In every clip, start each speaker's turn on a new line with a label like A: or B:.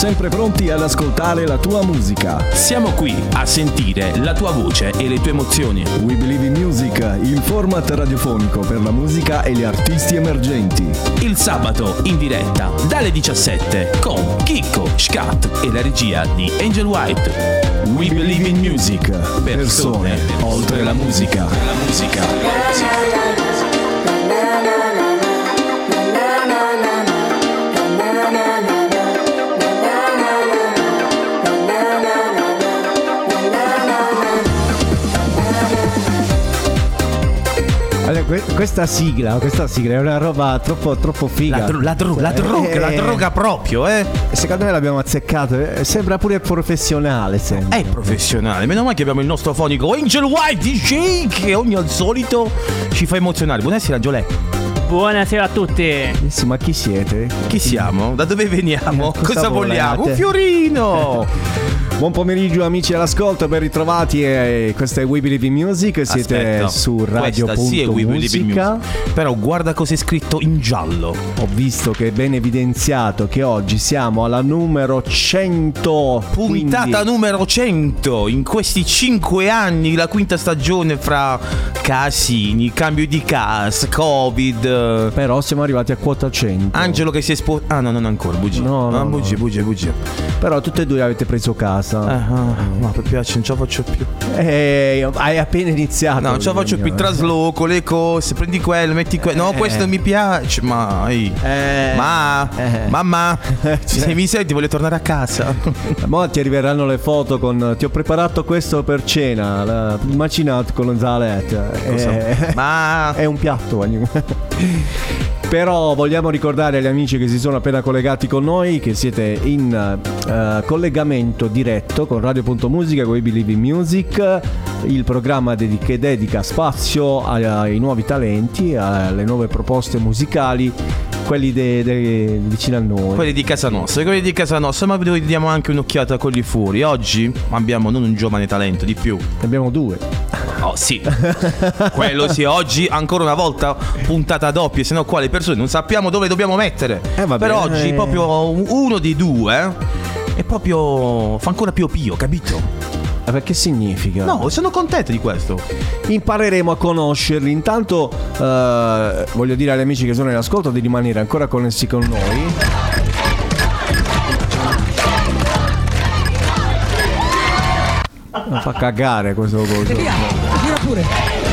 A: sempre pronti ad ascoltare la tua musica.
B: Siamo qui a sentire la tua voce e le tue emozioni.
A: We Believe in Music, il format radiofonico per la musica e gli artisti emergenti.
B: Il sabato in diretta dalle 17 con Chicco, Scat e la regia di Angel White. We Believe in Music, persone oltre la musica.
C: Questa sigla è una roba troppo figa.
B: La droga proprio,
C: Secondo me l'abbiamo azzeccato. Sembra pure professionale.
B: È professionale. Meno male che abbiamo il nostro fonico Angel White DJ che ogni al solito ci fa emozionare. Buonasera Giolè.
D: Buonasera a tutti.
C: Ma chi siete?
B: Chi siamo? Da dove veniamo? Cosa vogliamo? Un fiorino.
C: Buon pomeriggio amici all'ascolto, ben ritrovati. Questa è We Believe in Music. Siete su Radio.musica.
B: Però guarda cosa è scritto in giallo.
C: Ho visto che è ben evidenziato che oggi siamo alla numero 100.
B: Puntata numero 100. In questi 5 anni, la quinta stagione fra casini, cambio di casa, Covid.
C: Però siamo arrivati a quota 100.
B: Angelo che si è sposato. Ah no, non ancora, bugia.
C: No.
B: Bugia.
C: Però tutte e due avete preso casa.
B: Ma per piace, non ce la faccio più.
C: Hai appena iniziato.
B: No, non ce la faccio più. Il trasloco, le cose, prendi quello, metti quello. No, questo mi piace. Mamma, se mi senti voglio tornare a casa.
C: Mo ti arriveranno le foto con ti ho preparato questo per cena, il macinato con lo zaletto.
B: Ma
C: è un piatto. Però vogliamo ricordare agli amici che si sono appena collegati con noi che siete in collegamento diretto con Radio.musica, We Believe in Music, il programma che dedica spazio ai nuovi talenti, alle nuove proposte musicali, quelli vicino a noi,
B: quelli di casa nostra, ma diamo anche un'occhiata con gli fuori. Oggi abbiamo non un giovane talento, di più,
C: ne abbiamo due.
B: Oh sì, quello sì, oggi ancora una volta puntata doppia, se no qua le persone non sappiamo dove dobbiamo mettere. Per oggi proprio uno dei due è proprio fa ancora più pio, capito?
C: Perché significa?
B: No, sono contento di questo.
C: Impareremo a conoscerli. Intanto voglio dire agli amici che sono in ascolto di rimanere ancora connessi con noi. Non fa cagare questo coso.
D: Tira pure.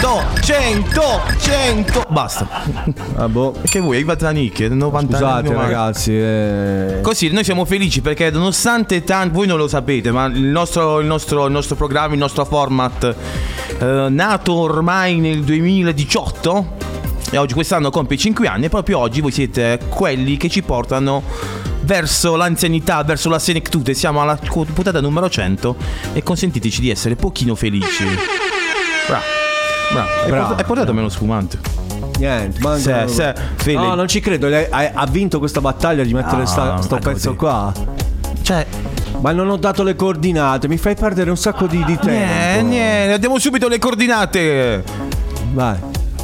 B: 100 basta. Che vuoi? Arrivate la nicchia 90.
C: Scusate ragazzi,
B: Così noi siamo felici perché nonostante voi non lo sapete, ma il nostro programma, il nostro format nato ormai nel 2018 e oggi quest'anno compie 5 anni, e proprio oggi voi siete quelli che ci portano verso l'anzianità, verso la senectute. Siamo alla puntata numero 100 e consentiteci di essere pochino felici. Bravo. Hai portato meno spumante?
C: Niente,
B: no,
C: non ci credo. Ha vinto questa battaglia di mettere sto pezzo qua.
B: Cioè,
C: ma non ho dato le coordinate. Mi fai perdere un sacco di tempo.
B: Niente, diamo subito le coordinate.
C: Vai.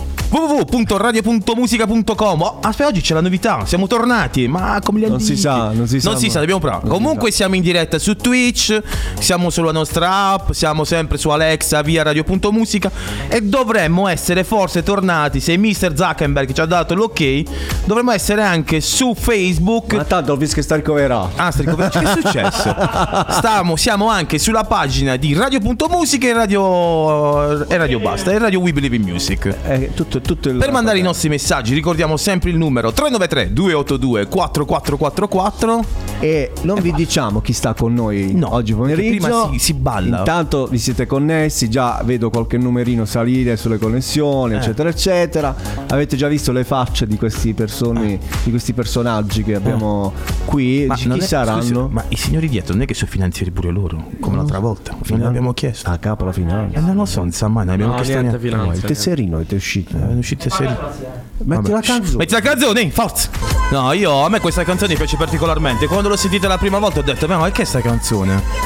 B: www.radio.musica.com. Aspetta, oggi c'è la novità, siamo tornati, ma come li
C: non si sa,
B: dobbiamo provare. Comunque siamo in diretta su Twitch, siamo sulla nostra app, siamo sempre su Alexa via Radio.musica e dovremmo essere forse tornati, se Mr. Zuckerberg ci ha dato l'ok, dovremmo essere anche su Facebook.
C: Ma tanto ho visto che sta ricoverato.
B: Sta ricoverato, che è successo? Siamo anche sulla pagina di Radio.musica e Radio Basta e Radio We Believe in Music.
C: Tutto
B: per mandare i nostri messaggi ricordiamo sempre il numero 393 282 4444
C: e non vi diciamo chi sta con noi oggi pomeriggio.
B: Prima si balla.
C: Intanto vi siete connessi, già vedo qualche numerino salire sulle connessioni eccetera eccetera. Avete già visto le facce di questi personaggi che abbiamo qui. Chi saranno? Scusi,
B: ma i signori dietro non è che sono finanzieri pure loro come l'altra volta? Non l'abbiamo chiesto
C: a capo la finanza.
B: Non lo so, non sa mai, non abbiamo chiesto niente.
C: Il tesserino è uscito.
B: Metti la canzone, forza. No, a me questa canzone mi piace particolarmente. Quando l'ho sentita la prima volta ho detto ma che è sta canzone?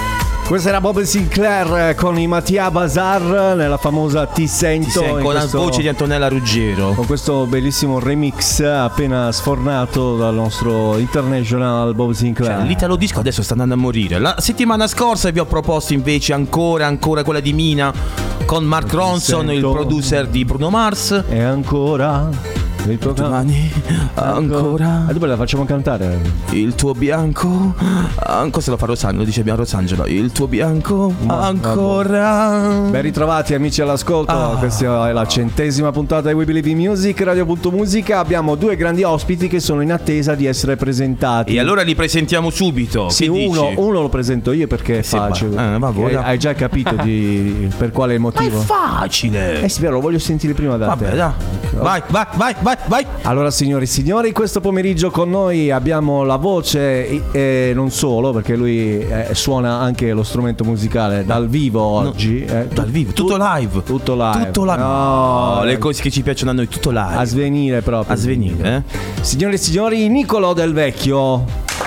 C: Questa era Bob Sinclair con i Mattia Bazar nella famosa Ti Sento.
B: Con la voce di Antonella Ruggero.
C: Con questo bellissimo remix appena sfornato dal nostro international Bob Sinclair.
B: L'italo disco adesso sta andando a morire. La settimana scorsa vi ho proposto invece ancora quella di Mina con Mark Ronson, il producer di Bruno Mars.
C: E ancora il tuo
B: Domani ancora.
C: E dopo la facciamo cantare.
B: Il tuo bianco questo lo fa Rosangelo, lo dice Rosangelo. Il tuo bianco ancora.
C: Ben ritrovati amici all'ascolto. Questa è la 100ª puntata di We Believe in Music, Radio.Musica. Abbiamo due grandi ospiti che sono in attesa di essere presentati.
B: E allora li presentiamo subito.
C: Sì, uno lo presento io perché è facile. Hai già capito per quale motivo?
B: Ma è facile.
C: Sì, però lo voglio sentire prima da te.
B: Vabbè, dai. Vai.
C: Allora, signori e signori, questo pomeriggio con noi abbiamo la voce e non solo, perché lui suona anche lo strumento musicale dal vivo oggi.
B: Dal vivo, tutto live. No, le cose che ci piacciono a noi, tutto live.
C: A svenire proprio.
B: A svenire,
C: Signori e signori, Nicolò Del Vecchio.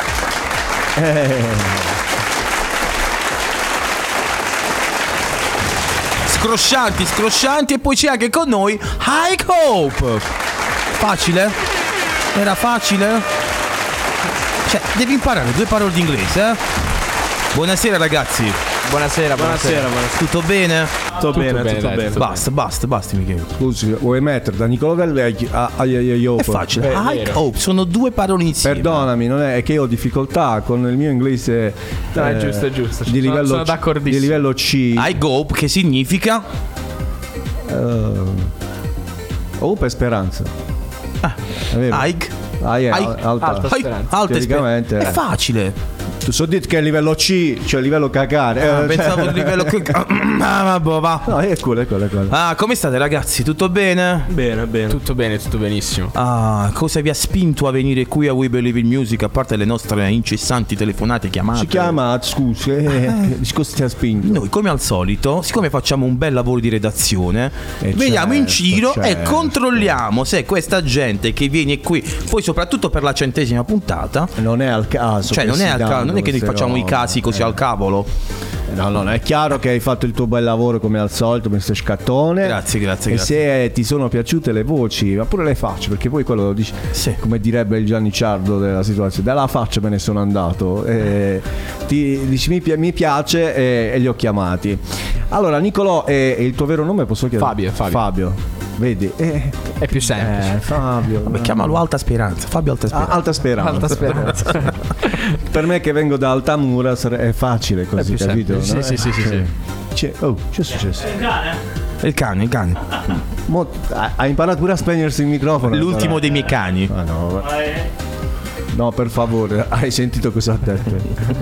B: Scroscianti. E poi c'è anche con noi High Hope. Facile? Era facile? Cioè, devi imparare 2 parole di inglese, Buonasera ragazzi.
E: Buonasera.
B: Tutto bene?
E: Tutto bene.
B: Basta Michele.
C: Scusi, vuoi mettere da Nicolò Del Vecchio a Hope?
B: È facile. High Hope sono 2 parole insieme.
C: Perdonami, non è che io ho difficoltà con il mio inglese.
E: No, è giusto.
C: Di livello
E: sono d'accordissimo.
C: Di livello C.
B: High Hope che significa?
C: Hope è speranza.
B: Alta
C: speranza.
B: È facile.
C: Tu so detto che è livello C, cioè livello cacare.
B: Pensavo al livello va.
C: No, è quello.
B: Come state ragazzi? Tutto bene?
E: Bene. Tutto benissimo.
B: Cosa vi ha spinto a venire qui a We Believe in Music, a parte le nostre incessanti telefonate, chiamate?
C: Si chiama, scusi, cosa ti ha spinto?
B: Noi come al solito, siccome facciamo un bel lavoro di redazione, veniamo in giro e controlliamo se questa gente che viene qui, poi soprattutto per la 100ª puntata,
C: non è al caso.
B: Cioè non è che noi facciamo i casi così al cavolo.
C: No, è chiaro che hai fatto il tuo bel lavoro come al solito, Mr. Scattone.
B: Grazie.
C: E se ti sono piaciute le voci, ma pure le faccio, perché poi quello lo dici, come direbbe il Gianni Ciardo della situazione, dalla faccia me ne sono andato. Ti dici mi piace e li ho chiamati. Allora, Nicolò, il tuo vero nome posso chiedere?
E: Fabio.
C: Vedi,
E: è più semplice.
C: Fabio.
B: Vabbè, chiamalo Alta Speranza. Fabio Alta Speranza.
C: Alta Speranza. Per me che vengo da Altamura è facile così, capito?
E: Sì.
C: C'è è successo?
B: Il cane.
C: Ha imparato pure a spegnersi il microfono.
B: L'ultimo dei miei cani.
C: No, per favore, hai sentito cosa ha detto?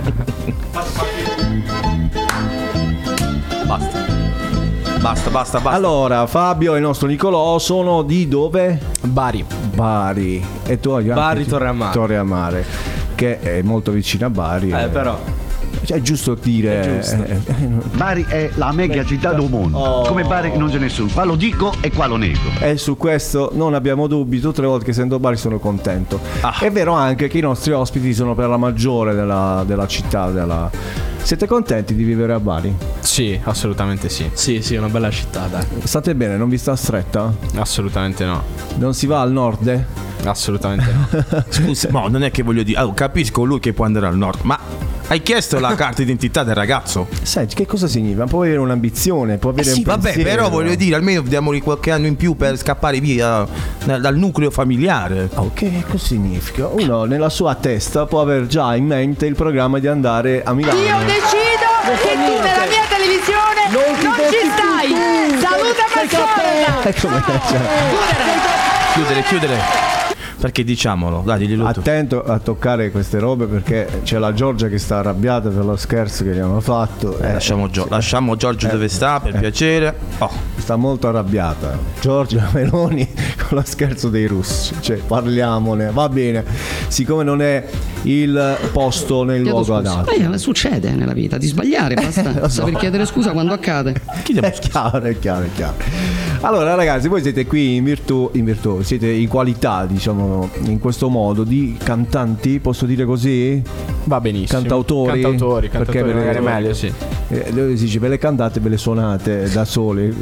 B: Basta.
C: Allora, Fabio e il nostro Nicolò sono di dove?
E: Bari.
C: E tu hai
E: Bari, Torre a Mare,
C: che è molto vicino a Bari.
E: Però
C: è giusto dire.
F: Bari è la mega città del mondo. Come Bari non c'è nessuno. Qua lo dico e qua lo nego.
C: E su questo non abbiamo dubbi. Tutte le volte che sento Bari sono contento. È vero anche che i nostri ospiti sono per la maggiore della città. Siete contenti di vivere a Bari?
E: Sì, assolutamente sì. Sì, è una bella città, dai.
C: State bene? Non vi sta stretta?
E: Assolutamente no.
C: Non si va al nord?
E: Assolutamente no.
B: Scusa, no, non è che voglio dire. Capisco lui che può andare al nord, ma hai chiesto la carta d'identità del ragazzo?
C: Senti, che cosa significa? Può avere un'ambizione, può avere un pensiero.
B: Però voglio dire, almeno diamogli qualche anno in più per scappare via dal nucleo familiare.
C: Che cosa significa? Uno nella sua testa può aver già in mente il programma di andare a Milano.
G: Io decido che tu nella mia televisione non ci stai. Saluta Mazzola.
B: Chiudere. Perché diciamolo, dai, diglielo tu.
C: Attento a toccare queste robe, perché c'è la Giorgia che sta arrabbiata per lo scherzo che gli hanno fatto.
B: Lasciamo Giorgio dove sta, per piacere.
C: Sta molto arrabbiata Giorgia Meloni con lo scherzo dei russi. Cioè, parliamone, va bene. Siccome non è il posto nel luogo adatto.
H: Succede nella vita di sbagliare, basta saper chiedere scusa quando accade.
C: È chiaro. Allora ragazzi, voi siete qui in virtù, siete in qualità, diciamo, in questo modo di cantanti, posso dire così?
E: Va benissimo.
C: Cantautori,
E: perché magari meglio, sì.
C: Dove si dice ve le cantate, ve le suonate da soli.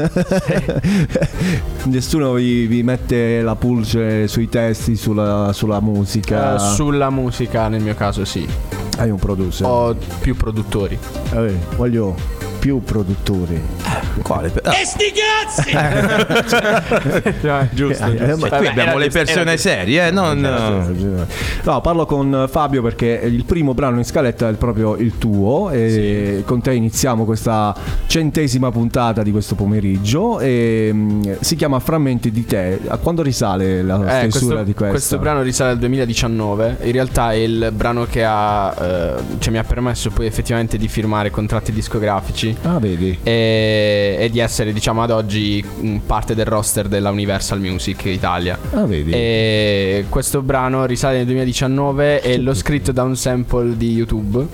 C: Nessuno vi mette la pulce sui testi, sulla musica.
E: Sulla musica nel mio caso sì.
C: Hai un producer?
E: Ho più produttori.
C: Voglio più produttori.
B: Quale?
H: E sti cazzi!
E: Giusto.
B: Qui abbiamo le persone serie,
C: No, parlo con Fabio perché il primo brano in scaletta è proprio il tuo e con te iniziamo questa 100ª puntata di questo pomeriggio e si chiama Frammenti di te. A quando risale la stesura di questo?
E: Questo brano risale al 2019. In realtà è il brano che mi ha permesso poi effettivamente di firmare contratti discografici.
C: Ah, vedi.
E: E di essere, diciamo, ad oggi parte del roster della Universal Music Italia.
C: Ah, vedi.
E: E questo brano risale nel 2019 e l'ho scritto da un sample di YouTube.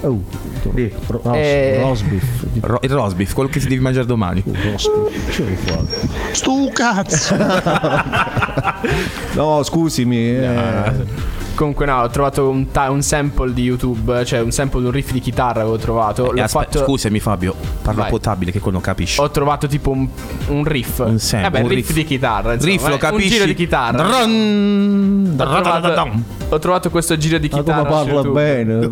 C: Rosbiff.
B: Il rosbiff, quello che si devi mangiare domani.
H: Stu cazzo!
C: No, scusami.
E: Comunque ho trovato un sample di YouTube, cioè un sample di un riff di chitarra avevo trovato.
B: Scusami Fabio, parla potabile che quello non capisci.
E: Ho trovato tipo un riff.
B: Un sample, un
E: riff di chitarra, insomma.
B: Riff lo capisci?
E: Un giro di chitarra. Ho trovato questo giro di chitarra.
C: Ma come parla bene.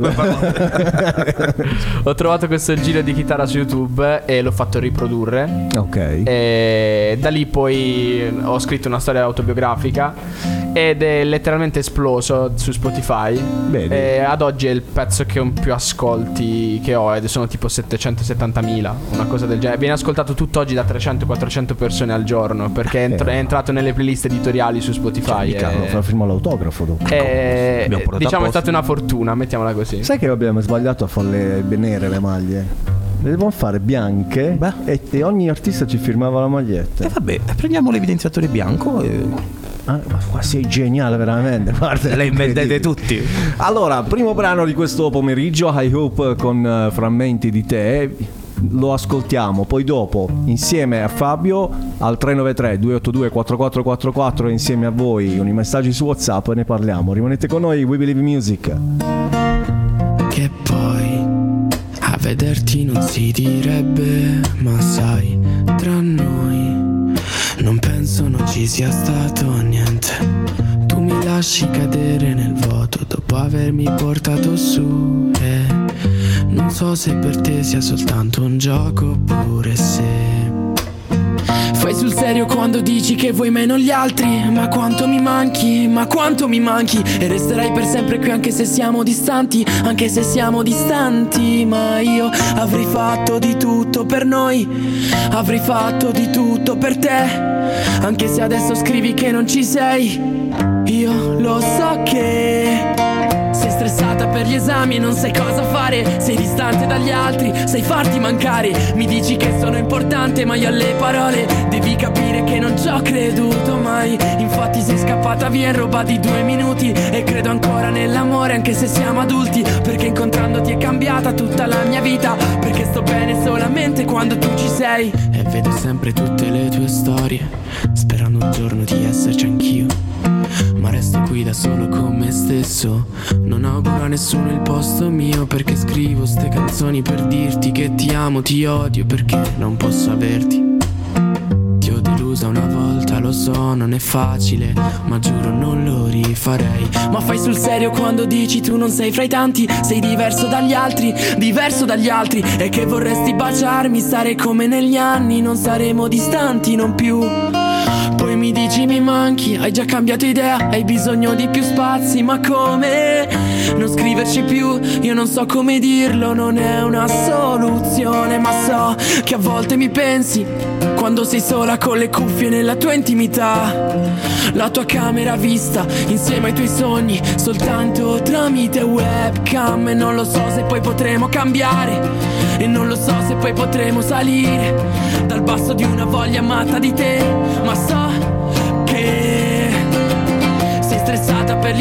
E: Ho trovato questo giro di chitarra su YouTube e l'ho fatto riprodurre.
C: Ok.
E: E da lì poi ho scritto una storia autobiografica ed è letteralmente esploso su Spotify.
C: Vedi.
E: E ad oggi è il pezzo che ho più ascolti che ho ed sono tipo 770.000, una cosa del genere. Viene ascoltato tutt'oggi da 300-400 persone al giorno perché è entrato nelle playlist editoriali su Spotify.
C: Fa firma l'autografo dopo.
E: Diciamo è stata una fortuna, mettiamola così.
C: Sai che abbiamo sbagliato a farle nere le maglie? Le devono fare bianche. E ogni artista ci firmava la maglietta.
B: E vabbè, prendiamo l'evidenziatore bianco
C: ma qua sei geniale veramente. Guarda,
B: le inventate tutti.
C: Allora, primo brano di questo pomeriggio, I Hope con Frammenti di te. Lo ascoltiamo, poi dopo insieme a Fabio al 393 282 4444 insieme a voi con i messaggi su WhatsApp ne parliamo. Rimanete con noi, We Believe in Music.
I: Che poi a vederti non si direbbe, ma sai, tra noi non penso non ci sia stato niente. Tu mi lasci cadere nel vuoto dopo avermi portato su e non so se per te sia soltanto un gioco oppure se fai sul serio quando dici che vuoi meno gli altri. Ma quanto mi manchi, ma quanto mi manchi. E resterai per sempre qui anche se siamo distanti, anche se siamo distanti. Ma io avrei fatto di tutto per noi, avrei fatto di tutto per te. Anche se adesso scrivi che non ci sei, io lo so che sei stressata per gli esami e non sai cosa fare. Sei distante dagli altri, sai farti mancare. Mi dici che sono importante ma io alle parole devi capire che non ci ho creduto mai. Infatti sei scappata via in roba di 2 minuti. E credo ancora nell'amore anche se siamo adulti, perché incontrandoti è cambiata tutta la mia vita. Perché sto bene solamente quando tu ci sei. E vedo sempre tutte le tue storie, sperando un giorno di esserci anch'io. Ma resto qui da solo con me stesso. Non auguro a nessuno il posto mio, perché scrivo ste canzoni per dirti che ti amo, ti odio perché non posso averti. Ti ho delusa una volta, lo so, non è facile, ma giuro non lo rifarei. Ma fai sul serio quando dici tu non sei fra i tanti, sei diverso dagli altri, diverso dagli altri. E che vorresti baciarmi, stare come negli anni, non saremo distanti, non più. Poi mi dici mi manchi, hai già cambiato idea, hai bisogno di più spazi, ma come? Non scriverci più, io non so come dirlo, non è una soluzione, ma so che a volte mi pensi quando sei sola con le cuffie nella tua intimità. La tua camera vista insieme ai tuoi sogni soltanto tramite webcam. E non lo so se poi potremo cambiare, e non lo so se poi potremo salire dal basso di una voglia matta di te. Ma so che sei stressata per gli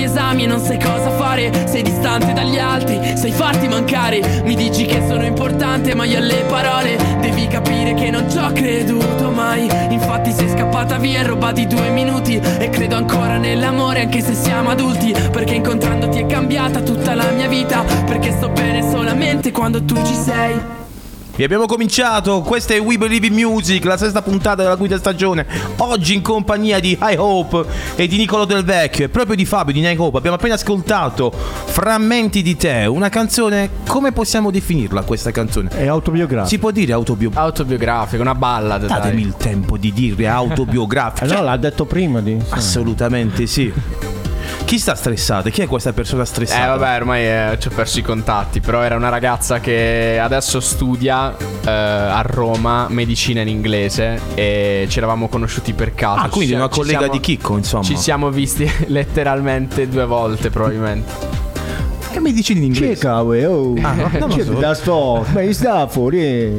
I: esami e non sai cosa fare. Sei distante dagli altri, sai farti mancare. Mi dici che sono importante ma io alle parole devi capire che non ci ho creduto mai. Infatti sei scappata via e rubati 2 minuti. E credo ancora nell'amore anche se siamo adulti, perché incontrandoti è cambiata tutta la mia vita. Perché sto bene solamente quando tu ci sei.
B: E abbiamo cominciato, questa è We Believe in Music, la sesta puntata della quinta stagione. Oggi in compagnia di High Hope e di Niccolò Del Vecchio e proprio di Fabio di High Hope. Abbiamo appena ascoltato Frammenti di te, una canzone, come possiamo definirla questa canzone?
C: È autobiografica.
B: Si può dire
E: autobiografica, una ballad.
B: Datemi il tempo di dire autobiografica.
C: No, l'ha detto prima di...
B: Assolutamente sì. Chi sta stressata? Chi è questa persona stressata?
E: Vabbè, ormai ci ho perso i contatti. Però era una ragazza che adesso studia a Roma medicina in inglese. E ci eravamo conosciuti per caso.
B: Quindi una collega di Chicco, insomma.
E: Ci siamo visti letteralmente 2 volte probabilmente.
B: Che medicina in inglese?
C: Che cavolo? Da sto, ma sta fuori.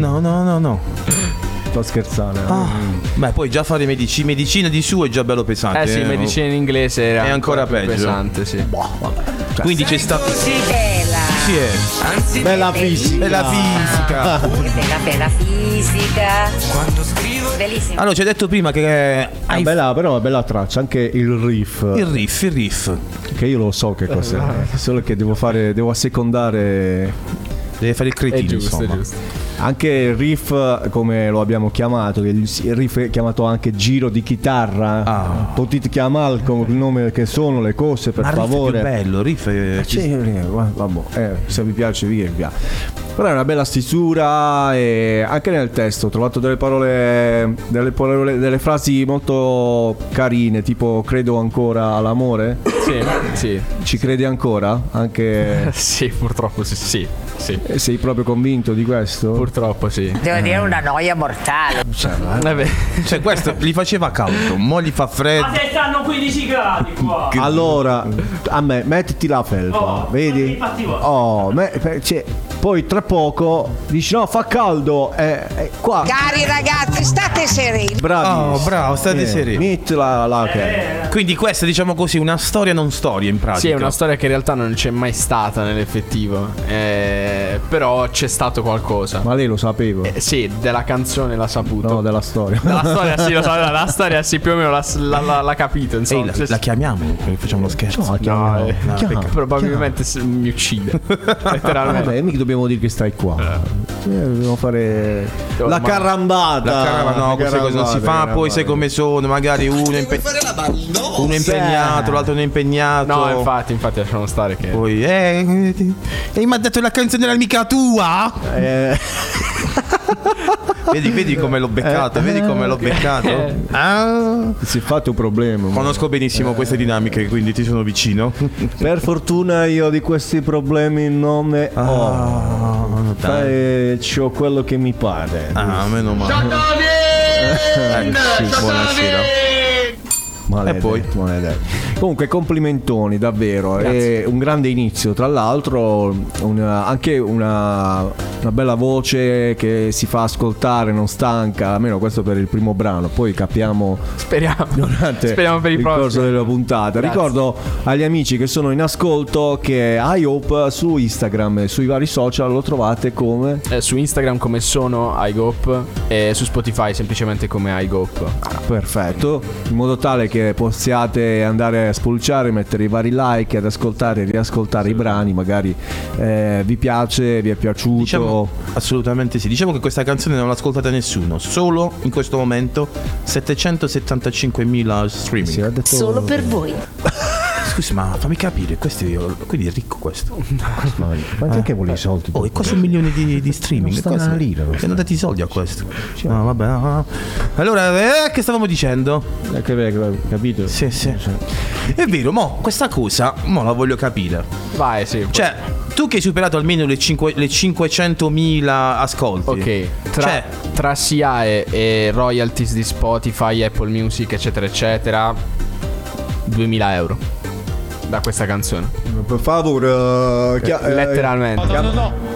B: No.
C: Sto scherzando.
B: Beh, poi già fare medicina di su è già bello pesante.
E: Sì, medicina in inglese è ancora peggio. Pesante, sì.
B: Quindi c'è stato.
G: Così bella.
B: Sì, è.
G: Anzi,
C: bella fisica.
B: Bella fisica.
G: Bella fisica. Quando scrivo. Bellissima.
B: Allora, ci hai detto prima che hai
C: bella, però una bella traccia, anche il riff.
B: Il riff.
C: Che io lo so che cos'è. Solo che devo assecondare.
B: Deve fare il cretino,
E: giusto,
B: insomma.
E: giusto.
C: Anche il riff, come lo abbiamo chiamato, il riff è chiamato anche giro di chitarra. Potete chiamarlo come il nome che sono le cose, per favore.
B: Riff è più bello, riff è...
C: vabbè, se vi piace via. Però è una bella stesura e anche nel testo ho trovato delle parole, delle frasi molto carine, tipo credo ancora all'amore.
E: Sì.
C: Ci credi ancora? Anche...
E: sì, purtroppo sì.
C: Sei proprio convinto di questo?
E: Purtroppo sì.
G: Devo dire una noia mortale.
B: Cioè questo gli faceva caldo, mo gli fa freddo.
D: Ma se stanno 15 gradi qua.
C: Allora, a me, mettiti la felpa, vedi? Poi tra poco dici no, fa caldo, qua.
G: Cari ragazzi, state sereni.
B: Bravo, state sereni.
C: Mettila là.
B: Quindi questa, diciamo così, una storia non storia in pratica.
E: Sì, è una storia che in realtà non c'è mai stata nell'effettivo. Però c'è stato qualcosa.
C: Ma lei lo sapeva?
E: Sì, della canzone l'ha saputo.
C: No, della storia.
E: Della storia sì, lo sapeva. La storia sì, più o meno l'ha capito. Insomma.
B: La chiamiamo? Facciamo uno scherzo.
C: No,
E: probabilmente mi uccide. Letteralmente.
C: Vabbè, mica dobbiamo dire che stai qua. Dobbiamo fare la carambata.
B: No, queste cose non si fa. Poi sai come sono. Magari uno è impegnato, l'altro non è impegnato.
E: No, infatti lasciamo stare che.
B: Poi mi ha detto la canzone era mica tua. Vedi come l'ho beccato.
C: Si è fatto un problema.
B: Conosco benissimo queste dinamiche, quindi ti sono vicino.
C: Per fortuna io di questi problemi non ne ho. C'ho quello che mi pare.
B: Meno male. Buonasera.
C: Maledetto. Comunque complimentoni davvero. È un grande inizio. Tra l'altro anche una bella voce che si fa ascoltare, non stanca. Almeno questo per il primo brano. Poi capiamo.
E: Speriamo per
C: il corso della puntata.
E: Grazie.
C: Ricordo agli amici che sono in ascolto che High Hope su Instagram e sui vari social lo trovate come?
E: Su Instagram come sono High Hope e su Spotify semplicemente come High Hope.
C: Perfetto. In modo tale che possiate andare a spulciare, mettere i vari like, ad ascoltare e riascoltare i brani. Magari vi piace, vi è piaciuto.
B: Diciamo, assolutamente sì. Diciamo che questa canzone non l'ha ascoltata nessuno. Solo in questo momento 775.000 streaming.
G: Solo per voi.
B: Scusi, ma fammi capire, quindi è ricco questo.
C: Ma perché vuole i soldi?
B: E questo 1 milione di streaming.
C: Non sta una lira.
B: Hanno dati i soldi a questo. No, vabbè. No. Allora, che stavamo dicendo?
C: Capito?
B: Sì. È vero, questa cosa, la voglio capire.
E: Vai, sì.
B: Cioè, tu che hai superato almeno le 500.000 ascolti.
E: Ok. Tra SIAE e royalties di Spotify, Apple Music, eccetera, eccetera, 2.000 euro da questa canzone.
C: Per favore,
E: letteralmente.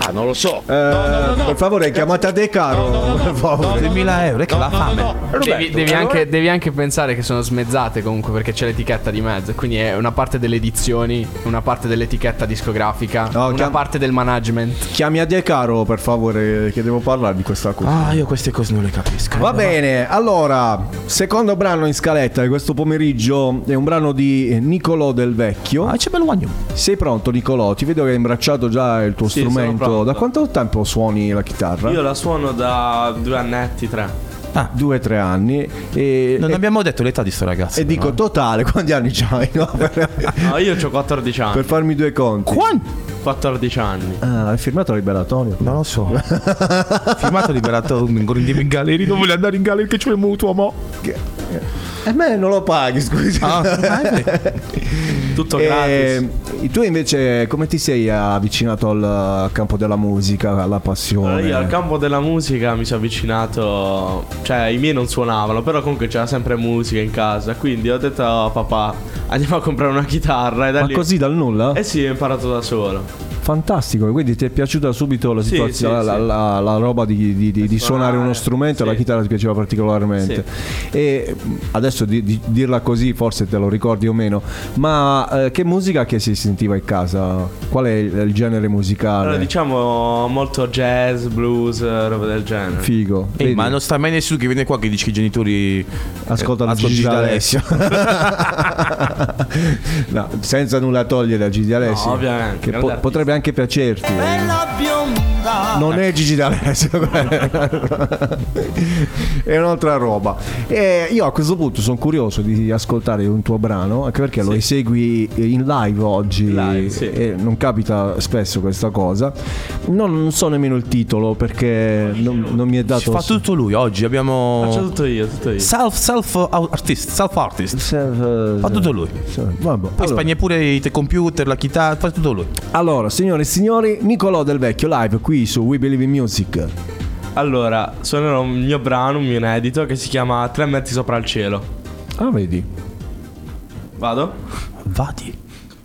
J: non lo so.
C: Per favore, chiamate a De Caro. Per favore.
B: 2.000 euro, è che la fame.
E: Devi anche pensare che sono smezzate comunque, perché c'è l'etichetta di mezzo. Quindi è una parte delle edizioni, una parte dell'etichetta discografica, una parte del management.
C: Chiami a De Caro, per favore, che devo parlare di questa cosa.
B: Io queste cose non le capisco.
C: Va bene, allora, secondo brano in scaletta di questo pomeriggio è un brano di Nicolò Del Vecchio.
B: C'è bello guagno.
C: Sei pronto, Nicolò? Ti vedo che hai imbracciato già il tuo strumento. Da quanto tempo suoni la chitarra?
J: Io la suono da 2 annetti, 3.
C: 2-3 anni. E
B: non abbiamo detto l'età di sto ragazzo.
C: E dico totale, quanti anni c'hai? No,
J: io ho 14 anni.
C: Per farmi 2 conti.
B: Quanti?
J: 14 anni.
C: Hai firmato il liberatorio?
B: Non lo so. Firmato il liberatorio. Andiamo in galleria. Non voglio andare in galleria che c'è il mutuo, mo.
C: E me non lo paghi, scusa.
J: Tutto gratis.
C: Tu invece come ti sei avvicinato al campo della musica, alla passione?
J: Io al campo della musica mi sono avvicinato. Cioè i miei non suonavano, però comunque c'era sempre musica in casa. Quindi ho detto papà, andiamo a comprare una chitarra. E da
C: Ma
J: lì...
C: così dal nulla?
J: Eh sì, ho imparato da solo.
C: Fantastico, quindi ti è piaciuta subito la situazione, la roba di suonare uno strumento, e la chitarra ti piaceva particolarmente. E adesso dirla così forse te lo ricordi o meno, ma che musica che si sentiva in casa? Qual è il genere musicale?
J: Allora, diciamo molto jazz, blues, roba del genere.
C: Figo.
B: Ma non sta mai nessuno che viene qua che dice che i genitori
C: ascoltano Gigi D'Alessio. No, senza nulla togliere a Gigi D'Alessio,
J: no, ovviamente,
C: che potrebbe anche piacerti. Non è Gigi D'Alessio, è un'altra roba. E io a questo punto sono curioso di ascoltare un tuo brano, anche perché lo esegui in live oggi. E non capita spesso questa cosa. Non so nemmeno il titolo perché non mi è dato.
B: Fa tutto lui oggi.
J: Faccio tutto io.
B: Self artist. Fa tutto lui.
C: Vabbè,
B: poi spegna pure i computer, la chitarra, fa tutto lui.
C: Allora, signore e signori, Nicolò Del Vecchio live qui su We Believe in Music.
J: Allora, suonerò un mio brano, un mio inedito che si chiama 3 metri sopra il cielo.
C: Ah, vedi?
J: Vado?
B: Vadi.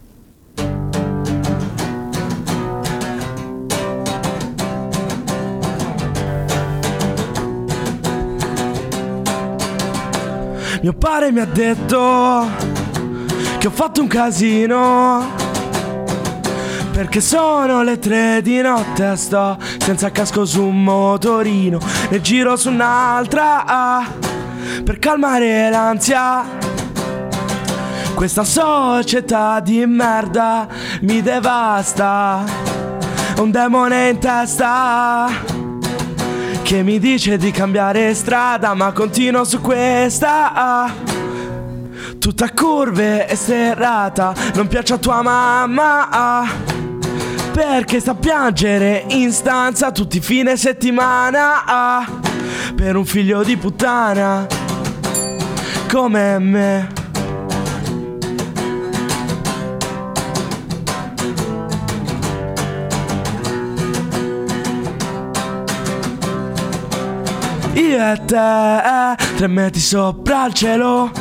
J: Mio padre mi ha detto che ho fatto un casino, perché sono le 3 di notte e sto senza casco su un motorino, ne giro su un'altra per calmare l'ansia. Questa società di merda mi devasta, ho un demone in testa che mi dice di cambiare strada, ma continuo su questa tutta a curve e serrata. Non piace a tua mamma perché sta a piangere in stanza tutti i fine settimana per un figlio di puttana come me. Io e te 3 metri sopra il cielo,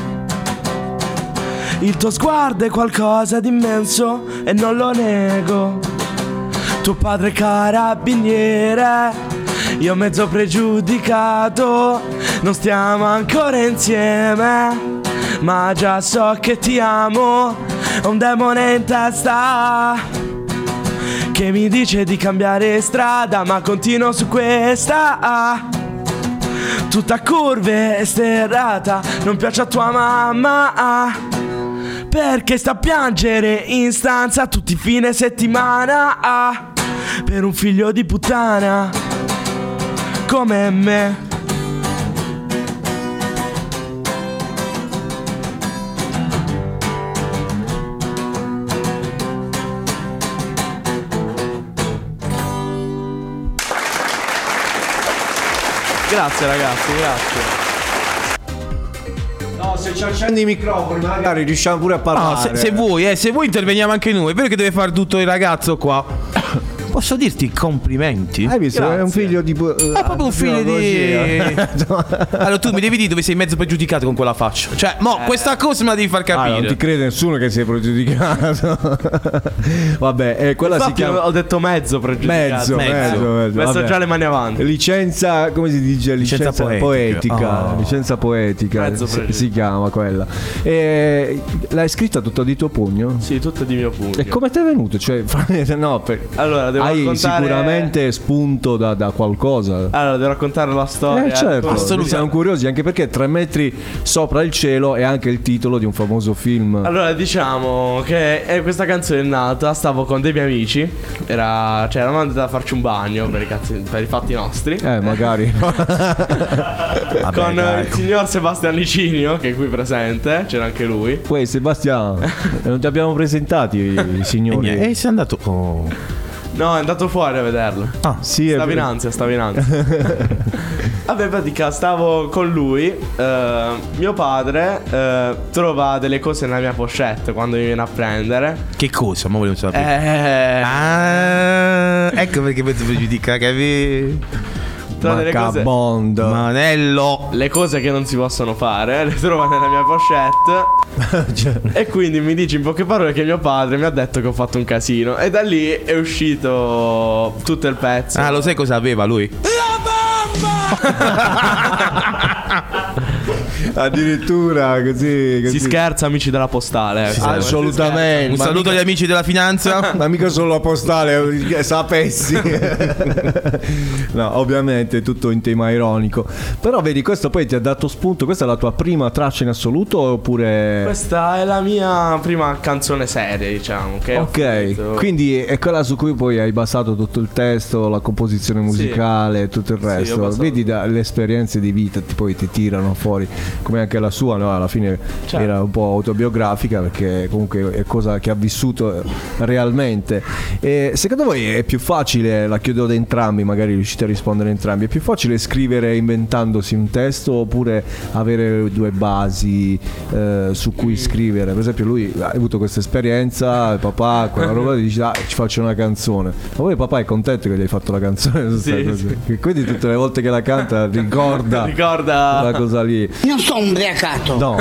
J: il tuo sguardo è qualcosa di immenso e non lo nego. Tuo padre carabiniere, io mezzo pregiudicato. Non stiamo ancora insieme, ma già so che ti amo. Ho un demone in testa che mi dice di cambiare strada, ma continuo su questa tutta a curve e sterrata. Non piace a tua mamma perché sta a piangere in stanza tutti i fine settimana per un figlio di puttana come me. Grazie ragazzi, grazie.
C: No, se ci accendi i microfoni magari riusciamo pure a parlare.
B: Se vuoi interveniamo anche noi. È vero che deve fare tutto il ragazzo qua. Posso dirti complimenti?
C: Hai visto?
F: Grazie.
C: È un figlio di...
B: È proprio un figlio di... Allora tu mi devi dire dove sei mezzo pregiudicato con quella faccia. Cioè, questa cosa me la devi far capire.
C: non ti crede nessuno che sei pregiudicato. Vabbè, quella
J: Infatti
C: si chiama...
J: ho detto mezzo pregiudicato.
C: Mezzo.
J: Messo
C: Vabbè.
J: già le mani avanti.
C: Licenza, come si dice? Licenza poetica.
B: Oh.
C: Licenza poetica
J: Mezzo
C: si chiama quella. E l'hai scritta tutta di tuo pugno?
J: Sì, tutto di mio pugno.
C: E come ti è venuto? Cioè, no,
J: Allora, devo
C: hai
J: raccontare...
C: sicuramente spunto da qualcosa.
J: Allora, devo raccontare la storia.
C: Certo, siamo curiosi anche perché 3 metri sopra il cielo è anche il titolo di un famoso film.
J: Allora, diciamo che questa canzone è nata, stavo con dei miei amici, eravamo andati a farci un bagno per i fatti nostri.
C: Magari.
J: Con il signor Sebastian Licinio, che è qui presente, c'era anche lui.
C: Poi Sebastiano, non ti abbiamo presentati i signori.
B: E sei andato...
J: No, è andato fuori a vederlo.
C: Sì,
J: Stavo in ansia. Vabbè, pratica, stavo con lui. Mio padre trova delle cose nella mia pochette quando mi viene a prendere.
B: Che cosa? Ma volevo sapere. Ecco perché penso pregiudica, capi?
J: Trova delle cose.
B: Manello.
J: Le cose che non si possono fare, le trova nella mia pochette. E quindi mi dice in poche parole che mio padre mi ha detto che ho fatto un casino. E da lì è uscito tutto il pezzo.
B: Lo sai cosa aveva lui?
C: Addirittura così.
J: Si scherza, amici della postale.
C: Assolutamente.
B: Un saluto agli amici della finanza.
C: Ma mica solo la postale, sapessi. No, ovviamente è tutto in tema ironico. Però vedi, questo poi ti ha dato spunto. Questa è la tua prima traccia in assoluto oppure...
J: Questa è la mia prima canzone seria, diciamo, che ho fatto.
C: Quindi è quella su cui poi hai basato tutto il testo, la composizione musicale, tutto il resto. Vedi, le esperienze di vita poi ti tirano fuori, come anche la sua, no? Alla fine era un po' autobiografica, perché comunque è cosa che ha vissuto realmente. E secondo voi è più facile, la chiedo ad entrambi, magari riuscite a rispondere entrambi, è più facile scrivere inventandosi un testo oppure avere 2 basi su cui scrivere? Per esempio lui ha avuto questa esperienza, il papà, quella roba, e dice ci faccio una canzone, ma poi il papà è contento che gli hai fatto la canzone,
J: sì.
C: E quindi tutte le volte che la canta ricorda la cosa lì.
H: Non sono ubriacato.
C: No.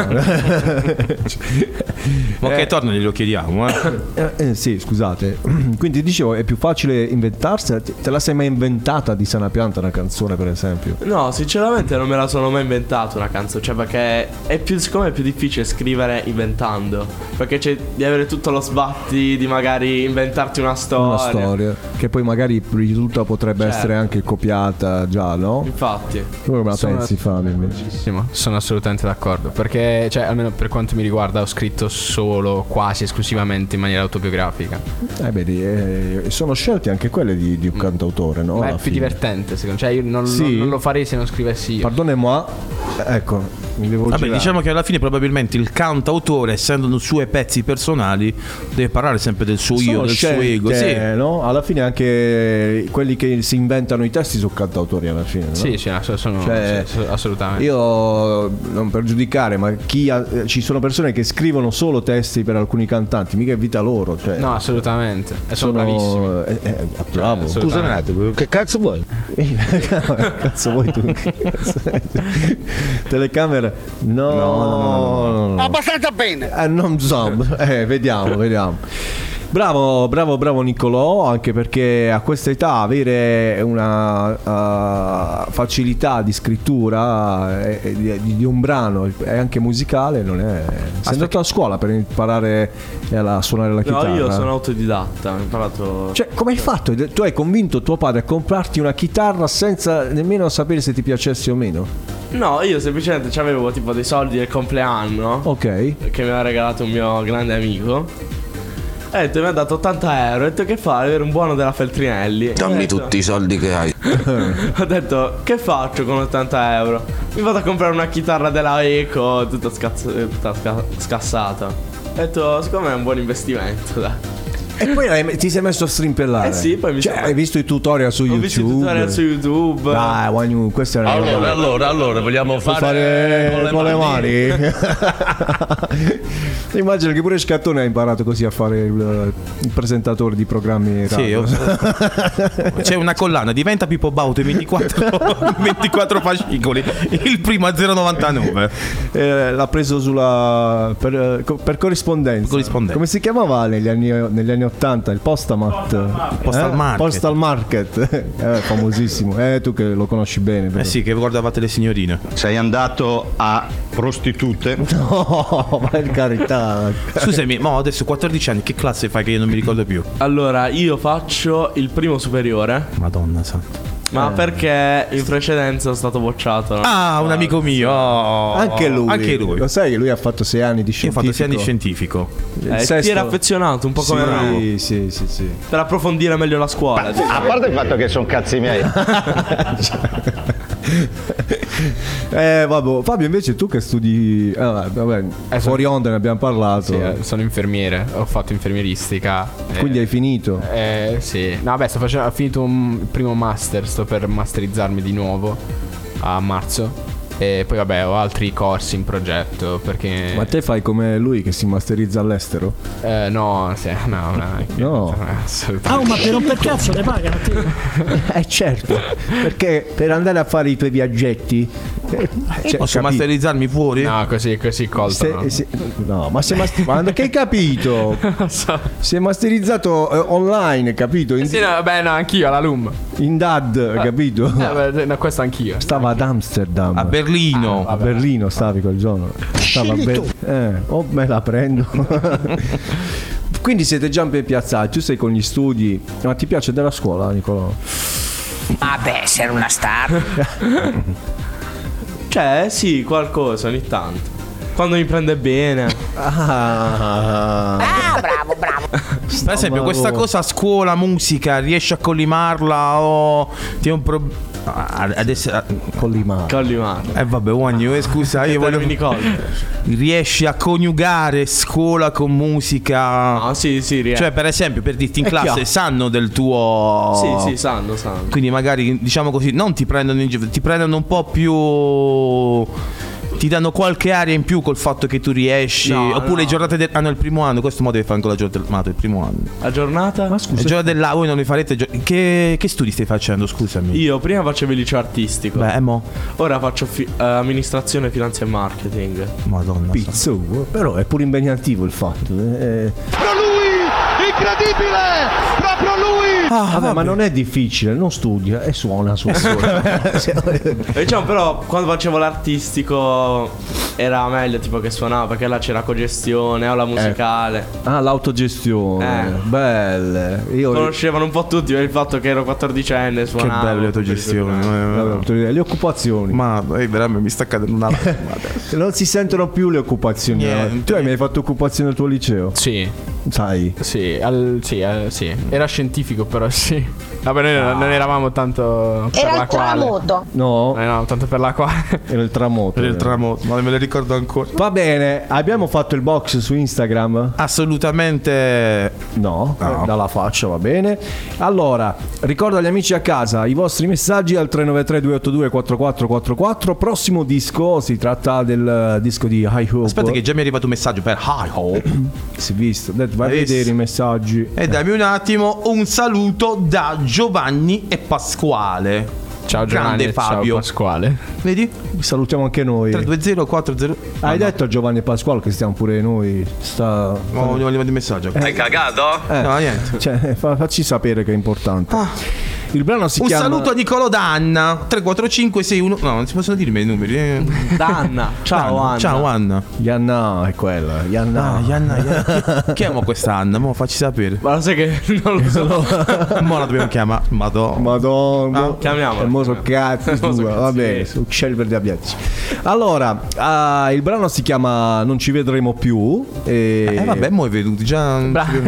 B: Ma che torna glielo chiediamo,
C: sì, scusate. Quindi dicevo, è più facile inventarsela. Te la sei mai inventata di sana pianta una canzone, per esempio?
J: No, sinceramente non me la sono mai inventata una canzone. Cioè, perché siccome è più difficile scrivere inventando, perché c'è di avere tutto lo sbatti di magari inventarti una storia
C: che poi magari risulta potrebbe essere anche copiata già, no?
J: Infatti.
C: Tu come la pensi, Fabio, invece?
E: Sono assolutamente d'accordo, perché cioè, almeno per quanto mi riguarda ho scritto solo, quasi esclusivamente in maniera autobiografica.
C: Vedi, sono scelte anche quelle di un cantautore, no?
E: Ma è più divertente, secondo me. Cioè, io non lo farei se non scrivessi io.
C: Pardonne-moi. Ecco, mi devo girare.
B: Diciamo che alla fine probabilmente il cantautore, essendo nei suoi pezzi personali, deve parlare sempre del suo io, del suo ego. Sì.
C: No? Alla fine anche quelli che si inventano i testi sono cantautori alla fine, no?
E: Sì, sono assolutamente.
C: Io, non per giudicare, ma ci sono persone che scrivono solo testi per alcuni cantanti, mica è vita loro, cioè.
E: No, assolutamente. Sono bravissimi.
C: Bravo.
F: Scusa un attimo, che cazzo vuoi?
C: Cazzo vuoi tu? Telecamera? No.
H: Abbastanza bene.
C: Non so. Vediamo. Bravo Niccolò, anche perché a questa età avere una facilità di scrittura di un brano e anche musicale non è... Sei andato a scuola per imparare a suonare la chitarra?
J: No, io sono autodidatta, ho imparato...
C: Cioè, come hai fatto? Tu hai convinto tuo padre a comprarti una chitarra senza nemmeno sapere se ti piacesse o meno?
J: No, io semplicemente avevo tipo dei soldi del compleanno.
C: Ok.
J: Che mi aveva regalato un mio grande amico. E mi ha dato 80 euro. Ho detto, che fare? Avere un buono della Feltrinelli.
K: Dammi tutti i soldi che hai.
J: Ho detto, che faccio con 80 euro? Mi vado a comprare una chitarra della Eco, tutta scassata. Ho detto, secondo me è un buon investimento, dai.
C: E poi ti sei messo a strimpellare.
J: Sì, poi
C: hai visto i tutorial su YouTube?
J: Ho visto i tutorial su YouTube.
C: Dai, Wagnu, questo era
K: allora vogliamo fare
C: con le mani. Immagino che pure Scattone ha imparato così a fare il presentatore di programmi radio.
B: Sì, c'è una collana, diventa Pippo Baudo 24 fascicoli, il primo a 0,99.
C: L'ha preso per corrispondenza. Come si chiamava negli anni 80? Il Postamat. Postal Market. Famosissimo. Tu che lo conosci bene, vero?
B: Sì, che guardavate le signorine.
F: Sei andato a prostitute?
C: No, per carità.
B: Scusami, ma adesso 14 anni, che classe fai che io non mi ricordo più?
J: Allora, io faccio il primo superiore.
B: Madonna santa.
J: Ma perché in precedenza sono stato bocciato, no?
B: Ah, un amico mio.
C: Anche lui. Lo sai che lui ha fatto 6 anni di scientifico?
B: Io ho fatto 6 anni di scientifico.
J: Ti era affezionato un po' come me.
C: Sì.
J: Per approfondire meglio la scuola.
F: A parte il fatto che sono cazzi miei.
C: Vabbè. Fabio, invece tu che studi fuori onda ne abbiamo parlato.
E: Sì, sono infermiere, ho fatto infermieristica.
C: Quindi hai finito?
E: Sì. No, vabbè, ho finito il primo master, sto per masterizzarmi di nuovo a marzo. E poi vabbè, ho altri corsi in progetto perché...
C: Ma te fai come lui che si masterizza all'estero?
E: No.
D: Ma per un per cazzo te pagano te?
C: Certo, perché per andare a fare i tuoi viaggetti
B: posso masterizzarmi fuori?
E: No, così colto.
C: No, ma che hai capito? Si è masterizzato online, capito?
E: Sì, no, no, anch'io alla LUM.
C: In DAD, capito?
E: No, questo anch'io.
C: Stava ad Amsterdam.
B: A Berlino.
C: A Berlino stavi quel giorno. Stava me la prendo. Quindi siete già piazzati. Tu sei con gli studi. Ma ti piace della scuola, Nicolò?
H: Vabbè, sei una star.
J: Cioè, sì, qualcosa ogni tanto. Quando mi prende bene.
H: Bravo.
B: Per esempio, questa cosa a scuola, musica, riesci a collimarla o ti è un problema? Adesso
J: collimarla.
B: Vabbè, Wagnu, scusa, io voglio. Riesci a coniugare scuola con musica?
J: No, sì, riesco.
B: Cioè, per esempio, per dirti in classe sanno del tuo.
J: Sì, sanno.
B: Quindi magari, diciamo così, non ti prendono in giro, ti prendono un po' più. Ti danno qualche aria in più col fatto che tu riesci. Oppure le giornate il primo anno. Questo modo devi fare anche la giornata del primo anno.
J: La giornata? Ma scusa,
B: la giornata voi non li farete. Che studi stai facendo? Scusami.
J: Io prima facevo il liceo artistico.
B: Mo.
J: Ora faccio amministrazione, finanza e marketing.
B: Madonna.
C: Pizzo, però è pure impegnativo il fatto.
L: Proprio lui! Incredibile! Proprio lui!
C: Vabbè, ma non è difficile, non studia e suona su.
J: Diciamo, però quando facevo l'artistico era meglio tipo che suonavo, perché là c'era cogestione o la musicale.
C: L'autogestione. Belle.
J: Conoscevano un po' tutti per il fatto che ero 14enne, suonavo.
B: Che belle l'autogestione.
C: Le occupazioni.
B: Ma veramente mi sta cadendo una
C: non si sentono più le occupazioni. Tu hai mai fatto occupazione al tuo liceo?
E: Sì.
C: Sai?
E: Sì. Era scientifico, però sì. Vabbè, noi non eravamo tanto per
G: era
E: la
G: il
E: quale.
G: tramoto.
C: No,
E: tanto per la quale.
C: Era il tramoto.
B: Ma me lo ricordo ancora.
C: Va bene, abbiamo fatto il box su Instagram?
B: Assolutamente
C: no. Dalla faccia, va bene. Allora, ricordo agli amici a casa i vostri messaggi al 393 282 4444. Prossimo disco, si tratta del disco di High Hope.
B: Aspetta che già mi è arrivato un messaggio per High Hope.
C: Si è visto, vai a vedere i messaggi.
B: E dammi un attimo un saluto da Giovanni e Pasquale.
E: Ciao Giovanni e Fabio. Ciao Pasquale.
B: Vedi?
C: Salutiamo anche noi.
B: 320-40.
C: Hai detto a Giovanni e Pasquale che stiamo pure noi.
B: Vogliamo mandare un messaggio.
K: Hai cagato?
B: No, niente.
C: Cioè, facci sapere che è importante. Il brano si chiama.
B: Un saluto a Nicolo Danna 34561. No, non si possono dire i miei numeri.
J: Danna. Ciao Anna.
B: Ciao Anna.
C: Yanna è quella. Yanna.
B: Chi è questa Anna? Mo facci sapere.
J: Ma lo sai che non lo so.
B: Mo la dobbiamo chiamare.
C: Madonna.
J: Chiamiamola.
C: Il moso cazzo. Va bene. Uccelli per diabetici. Allora, il brano si chiama Non ci vedremo più.
B: Vabbè, mo è venuto già.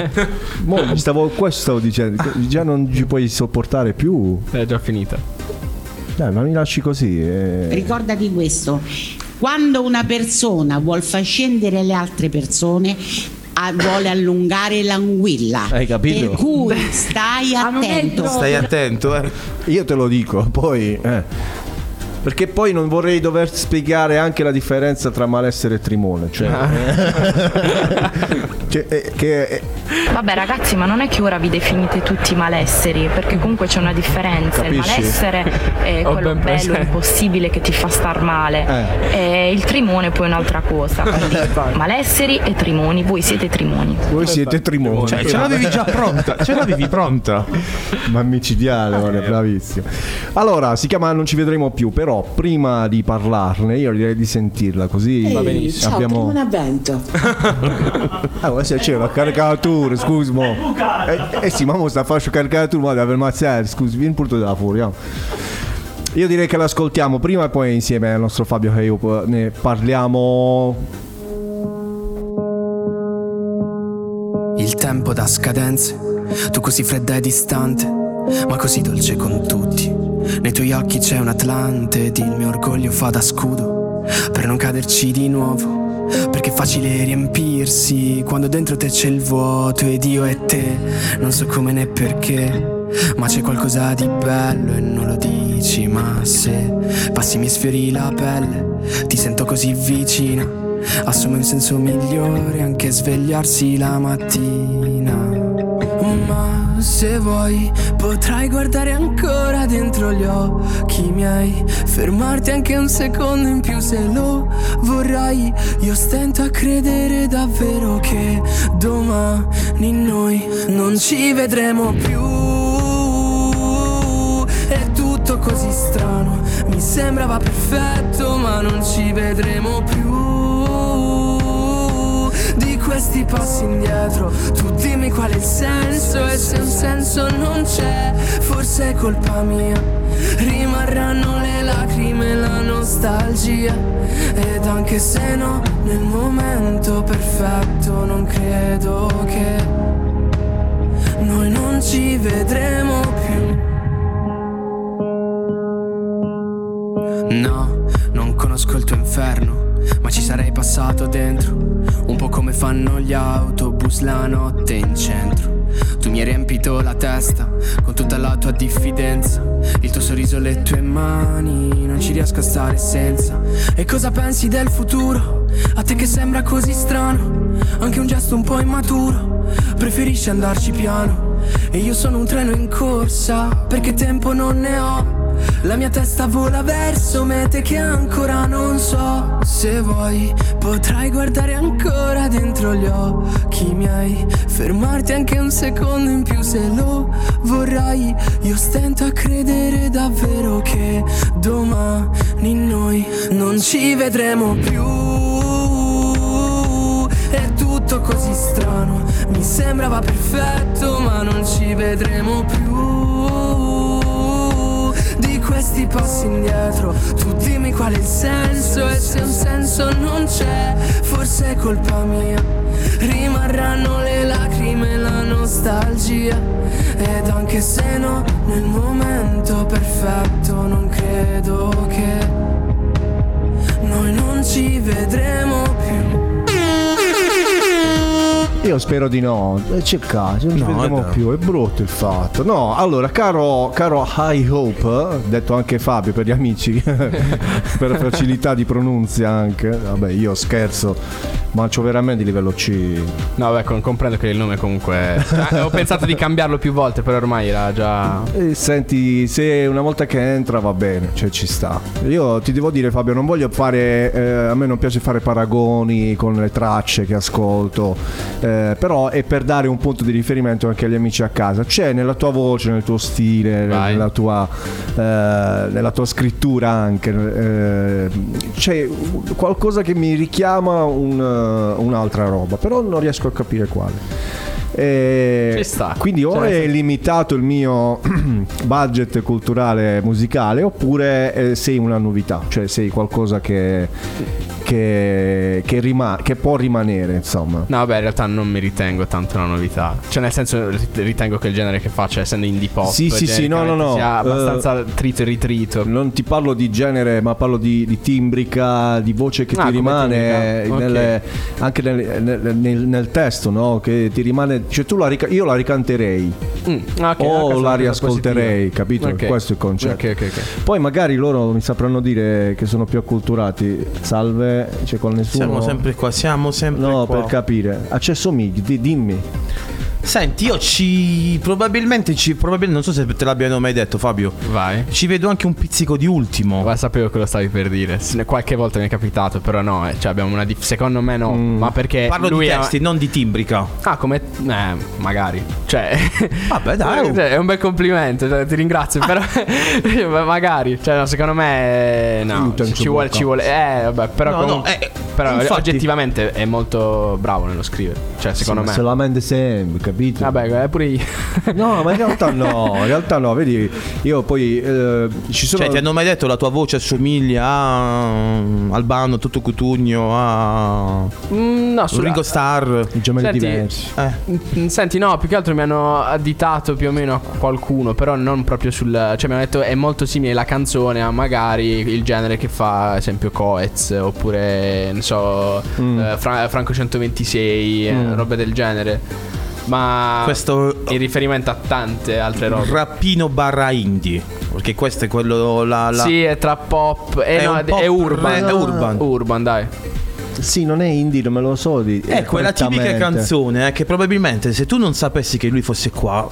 C: Questo stavo dicendo. Già non ci puoi sopportare più.
E: È già finita.
C: Dai, ma mi lasci così.
M: Ricordati questo: quando una persona vuol far scendere le altre persone, vuole allungare l'anguilla.
C: Hai capito?
M: Per cui stai attento.
B: Stai attento,
C: Io te lo dico, poi perché poi non vorrei dover spiegare anche la differenza tra malessere e trimone,
N: Vabbè ragazzi, ma non è che ora vi definite tutti malesseri, perché comunque c'è una differenza.
C: Capisci?
N: Il malessere è quello bello, impossibile, che ti fa star male, e il trimone poi è un'altra cosa. Quindi malesseri e trimoni, voi siete trimoni.
C: Voi siete trimoni.
B: Cioè, ce l'avevi già pronta, ce l'avevi pronta.
C: Ma micidiale, bravissimo. Allora, si chiama Non ci vedremo più, però prima di parlarne io direi di sentirla, così
M: va benissimo. Ciao,
C: abbiamo
M: un avvento.
C: Se c'è la caricatura, scusi mo. Sì, ma mo sta a fare caricatura, ma deve ammazzare, scusi, vieni pure da fuori. Io direi che l'ascoltiamo prima e poi insieme al nostro Fabio Hayup ne parliamo.
I: Il tempo dà scadenze, tu così fredda e distante, ma così dolce con tutti. Nei tuoi occhi c'è un Atlante ed il mio orgoglio fa da scudo per non caderci di nuovo, perché è facile riempirsi quando dentro te c'è il vuoto, ed io e te non so come né perché, ma c'è qualcosa di bello e non lo dici. Ma se passi mi sfiori la pelle, ti sento così vicina, assume un senso migliore anche svegliarsi la mattina. Ma se vuoi potrai guardare ancora dentro gli occhi miei, fermarti anche un secondo in più se lo vorrai. Io stento a credere davvero che domani noi non ci vedremo più. È tutto così strano, mi sembrava perfetto, ma non ci vedremo più. Di questi passi indietro, tu dimmi qual è il senso, e se un senso non c'è, forse è colpa mia. Rimarranno le lacrime e la nostalgia, ed anche se no, nel momento perfetto non credo che noi non ci vedremo più. No, non conosco il tuo inferno, ma ci sarei passato dentro, un po' come fanno gli autobus la notte in centro. Tu mi hai riempito la testa con tutta la tua diffidenza, il tuo sorriso, le tue mani, non ci riesco a stare senza. E cosa pensi del futuro? A te che sembra così strano, anche un gesto un po' immaturo, preferisci andarci piano. E io sono un treno in corsa, perché tempo non ne ho. La mia testa vola verso mete che ancora non so. Se vuoi potrai guardare ancora dentro gli occhi miei, fermarti anche un secondo in più se lo vorrai. Io stento a credere davvero che domani noi non ci vedremo più. È tutto così strano, mi sembrava perfetto, ma non ci vedremo più. Di questi passi indietro, tu dimmi qual è il senso, e se un senso non c'è, forse è colpa mia. Rimarranno le lacrime e la nostalgia, ed anche se no, nel momento perfetto non credo che noi non ci vedremo più.
C: Io spero di no. C'è caso, non ci vedremo più. È brutto il fatto. No, allora, caro High Hope, detto anche Fabio per gli amici, per facilità di pronunzia anche. Vabbè, io scherzo, ma c'ho veramente di livello C.
E: No, beh, comprendo che il nome comunque ho pensato di cambiarlo più volte, però ormai era già.
C: Senti, se una volta che entra va bene, cioè ci sta. Io ti devo dire, Fabio, non voglio fare a me non piace fare paragoni con le tracce che ascolto. Però è per dare un punto di riferimento anche agli amici a casa. C'è nella tua voce, nel tuo stile, nella tua scrittura anche, c'è qualcosa che mi richiama un'altra roba, però non riesco a capire quale.
E: Ci sta.
C: Quindi o è limitato il mio budget culturale musicale, oppure sei una novità, cioè sei qualcosa che che può rimanere, insomma.
E: No, beh, in realtà non mi ritengo tanto una novità. Cioè, nel senso, ritengo che il genere che faccia, essendo indie pop,
C: sì, no,
E: sia abbastanza trito e ritrito.
C: Non ti parlo di genere, ma parlo di timbrica, di voce che ti rimane anche nel testo, no? Che ti rimane, cioè io la ricanterei o la riascolterei, capito? Questo è il concetto. Poi magari loro mi sapranno dire che sono più acculturati. Salve, c'è con nessuno.
B: Siamo sempre qua.
C: No, per capire. Accesso MIG, dimmi.
B: Senti, io probabilmente non so se te l'abbiano mai detto, Fabio.
E: Vai.
B: Ci vedo anche un pizzico di Ultimo.
E: Ma sapevo che lo stavi per dire. Qualche volta mi è capitato, però no, cioè abbiamo una secondo me no, ma perché
B: parlo
E: lui
B: di testi, non di timbrica.
E: Ah, come magari. Cioè
B: vabbè, dai.
E: È un bel complimento, cioè, ti ringrazio, però magari, cioè no, secondo me no, ci vuole. Vabbè, però però infatti, oggettivamente è molto bravo nello scrivere. Cioè, secondo me.
C: Solamente sempre, capito?
E: Vabbè, pure io.
C: No, ma in realtà no, vedi, io poi ci sono.
B: Cioè, ti hanno mai detto la tua voce assomiglia a Albano, Toto Cutugno, a
E: no, su
B: Ringo Starr,
C: i gemelli diversi.
E: Senti, no, più che altro mi hanno additato più o meno a qualcuno, però non proprio cioè mi hanno detto è molto simile la canzone a magari il genere che fa, ad esempio, Coez, oppure non so, Franco 126, robe del genere. Ma
B: questo
E: in riferimento a tante altre robe.
B: Rappino barra indie, perché questo è quello
E: Sì, è tra pop è urban.
B: È urban.
E: Urban, dai.
C: Sì, non è indie, non me lo so di.
B: È quella tipica canzone che probabilmente se tu non sapessi che lui fosse qua,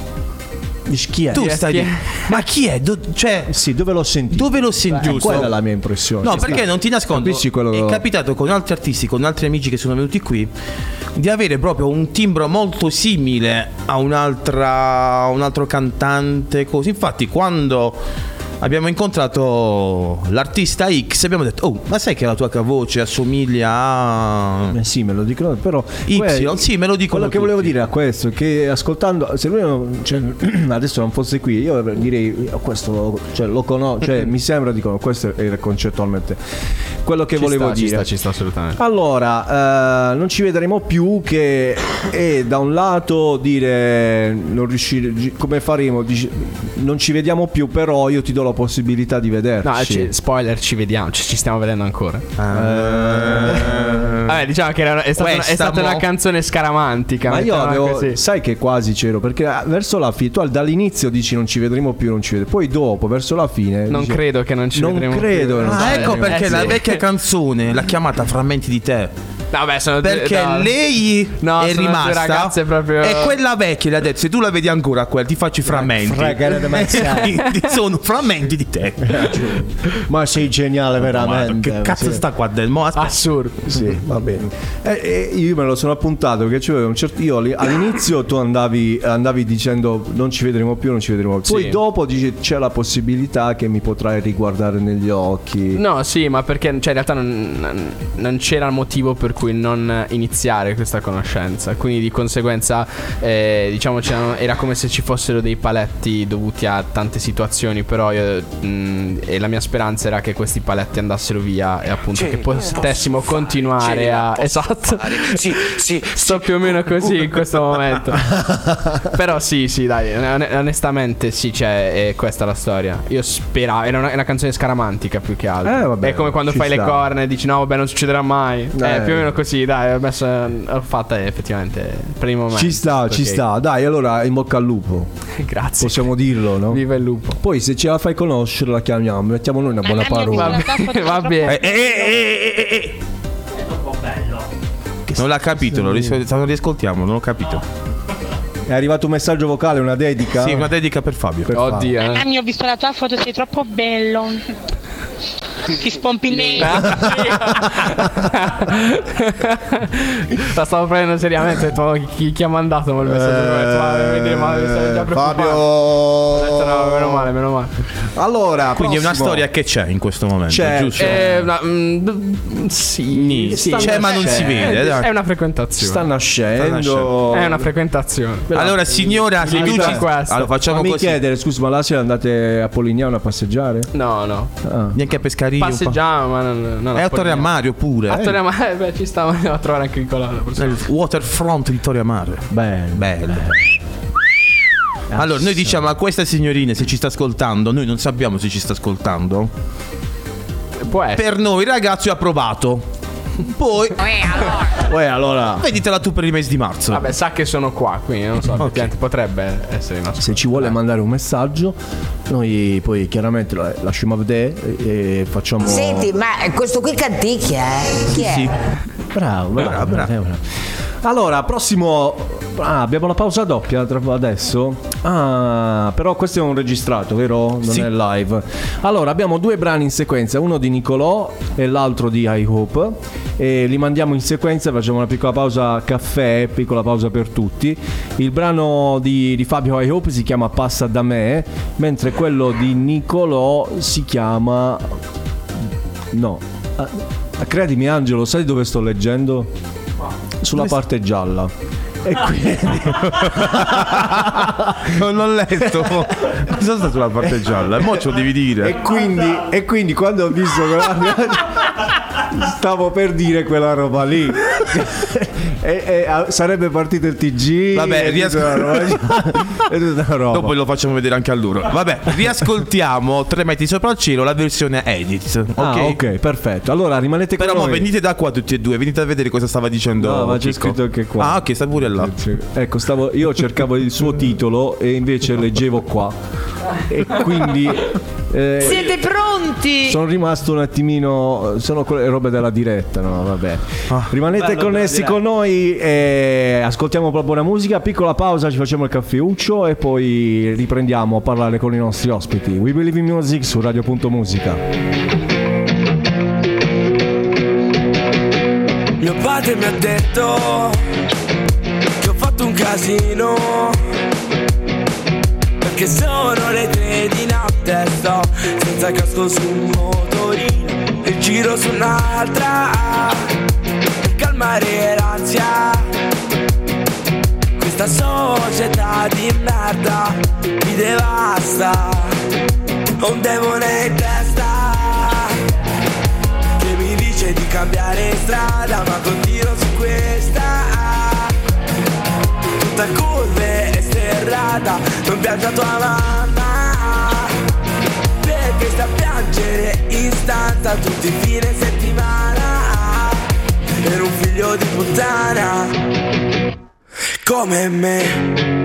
C: chi è?
B: Tu stai ma chi è? Cioè,
C: sì, dove l'ho sentito? Quella è la mia impressione.
B: No, perché non ti nascondo, è capitato con altri artisti, con altri amici che sono venuti qui, di avere proprio un timbro molto simile a un altro cantante, così. Infatti, quando abbiamo incontrato l'artista X, abbiamo detto: oh, ma sai che la tua voce assomiglia a
C: sì, me lo dicono, però
B: Y, sì, me lo dicono.
C: Quello che volevo dire a questo è che ascoltando, se lui adesso non fosse qui, io direi questo lo conosco, mi sembra, dicono, questo è concettualmente quello che volevo dire.
E: Ci sta assolutamente.
C: Allora, non ci vedremo più, che è da un lato dire non riuscire, come faremo, non ci vediamo più, però io ti do la possibilità di vederci.
E: No, spoiler, ci vediamo, ci stiamo vedendo ancora. Vabbè, diciamo che è stata una canzone scaramantica.
C: Ma io sai che quasi c'ero, perché verso la fine tu dall'inizio dici non ci vedremo più, poi dopo verso la fine
E: non
C: dici,
E: credo che non ci vedremo più.
B: Ecco perché la vecchia canzone l'ha chiamata Frammenti di te.
E: Vabbè,
B: perché lei è rimasta
E: ragazze proprio.
B: E quella vecchia le ha detto: se tu la vedi ancora quella, ti faccio i frammenti. Sono frammenti di te.
C: Ma sei geniale, veramente.
B: Che cazzo sta qua del
E: assurdo.
C: Sì, va bene. Io me lo sono appuntato, perché io all'inizio tu andavi dicendo non ci vedremo più. Poi dopo dici c'è la possibilità che mi potrai riguardare negli occhi.
E: No, sì, ma perché in realtà non c'era il motivo per cui non iniziare questa conoscenza, quindi di conseguenza diciamo era come se ci fossero dei paletti dovuti a tante situazioni, però e la mia speranza era che questi paletti andassero via e appunto che potessimo continuare a sto più o meno così in questo momento. Però sì dai, onestamente sì, è questa la storia. Io speravo, era una canzone scaramantica più che altro. È come quando fai le corna e dici no vabbè non succederà mai, più o meno così, dai, l'ho fatta effettivamente per il momento.
C: Ci sta, dai, allora in bocca al lupo.
E: Grazie.
C: Possiamo dirlo, no?
E: Viva il lupo.
C: Poi se ce la fai conoscere la chiamiamo, mettiamo noi una buona parola.
E: Va bene.
B: È troppo bello. Non l'ha capito, lo riascoltiamo, non ho capito.
C: È arrivato un messaggio vocale, una dedica?
B: Sì, una dedica per Fabio.
E: Oddio.
O: Anni, ho visto la tua foto, sei troppo bello. Ti spompi lei.
E: La stavo prendendo seriamente. Chi ha mandato il messaggio?
C: Fabio.
E: No, meno male.
C: Allora,
B: quindi è una
C: prossimo.
B: storia che c'è in questo momento,
C: C'è,
B: giusto?
E: Sì,
B: c'è ma non si vede. Dai.
E: È una frequentazione.
C: Sta nascendo.
E: È una frequentazione.
B: Allora, signora, se tu ci... Allora, facciamo
C: mi
B: così.
C: chiedere, scusa, ma là se andate a Polignano a passeggiare?
E: No.
B: Neanche a Pescarini.
E: Passeggiamo, ma non
B: è a Torre Amario pure.
E: A Torre Amario, beh, ci stavo a trovare anche Nicolò.
B: Il waterfront di Torre Amario. Bello. Allora, noi diciamo a questa signorina, se ci sta ascoltando, noi non sappiamo se ci sta ascoltando.
E: Può essere.
B: Per noi, ragazzi, ho approvato. Poi
C: allora
B: veditela tu per il mese di marzo.
E: Vabbè, sa che sono qua, quindi non so, effettivamente potrebbe essere una.
C: Se ci vuole mandare un messaggio, noi poi chiaramente lo lasciamo a vedere e facciamo.
H: Senti, ma questo qui canticchia, chi è?
C: Sì. Bravo. Allora, prossimo. Abbiamo la pausa doppia adesso. Però questo è un registrato, vero? Non è live. Allora, abbiamo due brani in sequenza, uno di Nicolò e l'altro di I Hope. E li mandiamo in sequenza, facciamo una piccola pausa caffè, piccola pausa per tutti. Il brano di Fabio I Hope si chiama Passa da me, mentre quello di Nicolò si chiama. No. Credimi, Angelo, sai dove sto leggendo? Sulla parte gialla. E quindi
B: non l'ho letto. Cosa sta sulla parte gialla? Mo' ce lo devi dire.
C: E quindi quando ho visto stavo per dire quella roba lì. e sarebbe partito il TG.
B: Vabbè, dopo lo facciamo vedere anche a loro. Vabbè, riascoltiamo 3 metri sopra il cielo, la versione edit.
C: Ok, perfetto. Allora rimanete con
B: noi. Però venite da qua tutti e due, venite a vedere cosa stava dicendo.
C: No, ma c'è scritto anche qua.
B: Ok, sta pure là.
C: Ecco, io cercavo il suo titolo e invece leggevo qua. E quindi
G: siete pronti?
C: Sono rimasto un attimino. Sono quelle robe della diretta, no? Vabbè. Rimanete connessi con noi e ascoltiamo proprio buona musica. Piccola pausa, ci facciamo il caffeuccio e poi riprendiamo a parlare con i nostri ospiti. We Believe in Music su Radio.musica.
J: Mio padre mi ha detto che ho fatto un casino, perché sono le 3 di notte e sto senza casco su un motorino e giro su un'altra per calmare l'ansia. Questa società di merda mi devasta. Ho un demone in testa che mi dice di cambiare strada, ma continuo su questa tutta curve e sterrata. Non piange a tua mamma perché sta a piangere in stanza tutti i fine settimana per un figlio di puttana come me.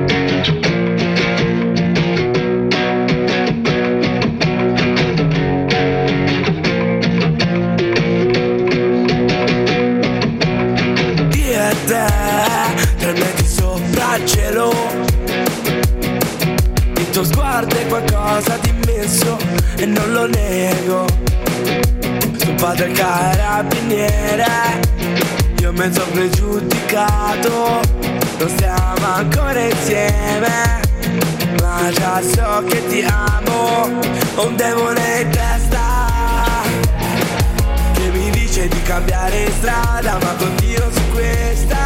J: Te, 3 metri sopra il cielo, il tuo sguardo è qualcosa di immenso e non lo nego. Suo padre il carabiniere, io mezzo pregiudicato. Non stiamo ancora insieme, ma già so che ti amo. Ho un demone in testa che mi dice di cambiare strada, ma continuo su questa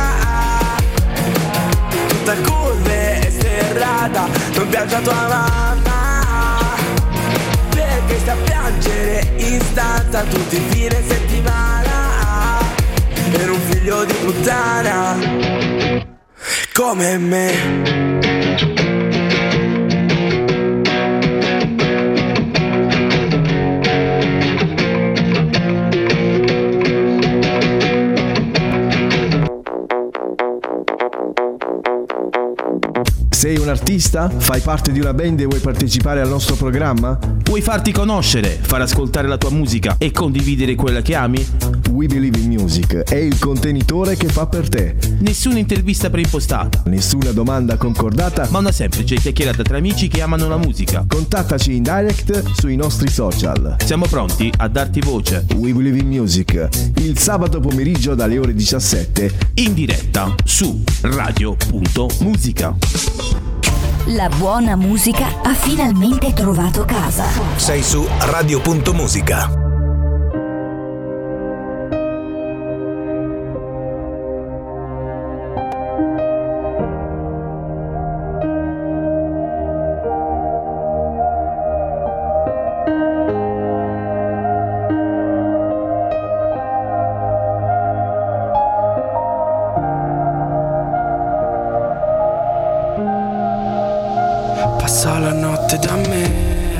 J: tutta curve e sterrata. Non piange a tua mamma perché sta a piangere in stanza tutti i fine settimana per un figlio di puttana come me.
A: Sei un artista? Fai parte di una band e vuoi partecipare al nostro programma?
B: Vuoi farti conoscere, far ascoltare la tua musica e condividere quella che ami?
A: We Believe in Music è il contenitore che fa per te.
B: Nessuna intervista preimpostata,
A: nessuna domanda concordata,
B: ma una semplice chiacchierata tra amici che amano la musica.
A: Contattaci in direct sui nostri social.
B: Siamo pronti a darti voce.
A: We Believe in Music, il sabato pomeriggio dalle ore 17
B: in diretta su Radio.musica.
P: La buona musica ha finalmente trovato casa.
Q: Sei su Radio.Musica.
I: Passa la notte da me,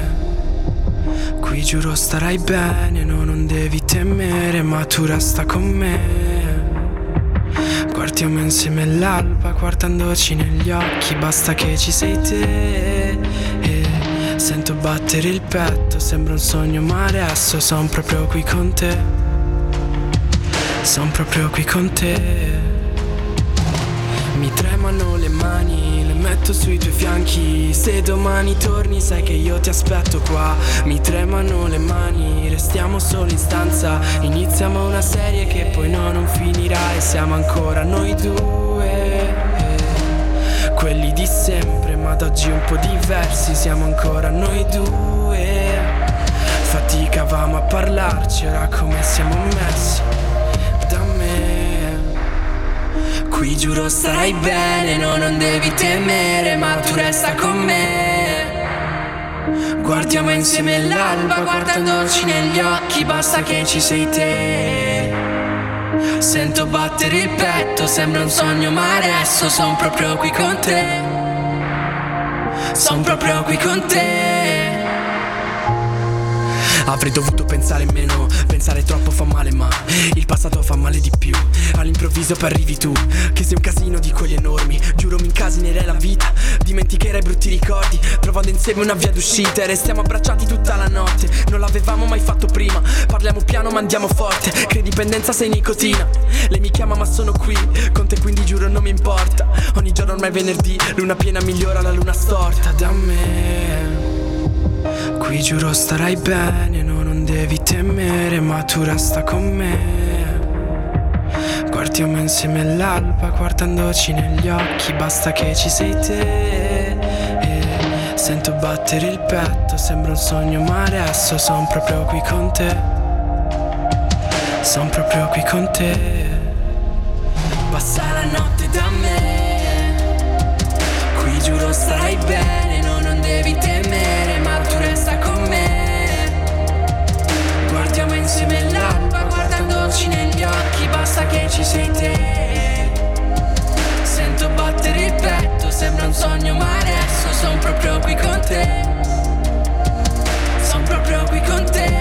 I: qui giuro starai bene, no, non devi temere, ma tu resta con me. Guardiamo insieme l'alba, guardandoci negli occhi, basta che ci sei te. Sento battere il petto, sembra un sogno, ma adesso son proprio qui con te. Son proprio qui con te. Mi tremano le mani, le metto sui tuoi fianchi. Se domani torni sai che io ti aspetto qua. Mi tremano le mani, restiamo solo in stanza. Iniziamo una serie che poi no, non finirà. E siamo ancora noi due, quelli di sempre, ma da oggi un po' diversi. Siamo ancora noi due. Faticavamo a parlarci, ora come siamo messi da me. Qui giuro starai bene, no, non devi temere, ma tu resta con me. Guardiamo insieme l'alba, guardandoci negli occhi, basta che ci sei te. Sento battere il petto, sembra un sogno, ma adesso son proprio qui con te. Son proprio qui con te. Avrei dovuto pensare meno, pensare troppo fa male, ma il passato fa male di più. All'improvviso poi arrivi tu, che sei un casino di quelli enormi. Giuro mi incasinerei la vita, dimenticherei brutti ricordi, trovando insieme una via d'uscita. E restiamo abbracciati tutta la notte, non l'avevamo mai fatto prima. Parliamo piano ma andiamo forte, che dipendenza sei nicotina. Lei mi chiama ma sono qui, con te quindi giuro non mi importa. Ogni giorno ormai è venerdì, luna piena migliora la luna storta da me. Qui giuro starai bene, no, non devi temere, ma tu resta con me. Guardiamo insieme l'alba, guardandoci negli occhi, basta che ci sei te. Sento battere il petto, sembra un sogno, ma adesso son proprio qui con te. Son proprio qui con te. Passa la notte da me, qui giuro starai bene, no, non devi temere, ma tu resta con me. Guardiamo insieme l'alba, guardandoci negli occhi, basta che ci sei te. Sento battere il petto, sembra un sogno, ma adesso son proprio qui con te. Son proprio qui con te.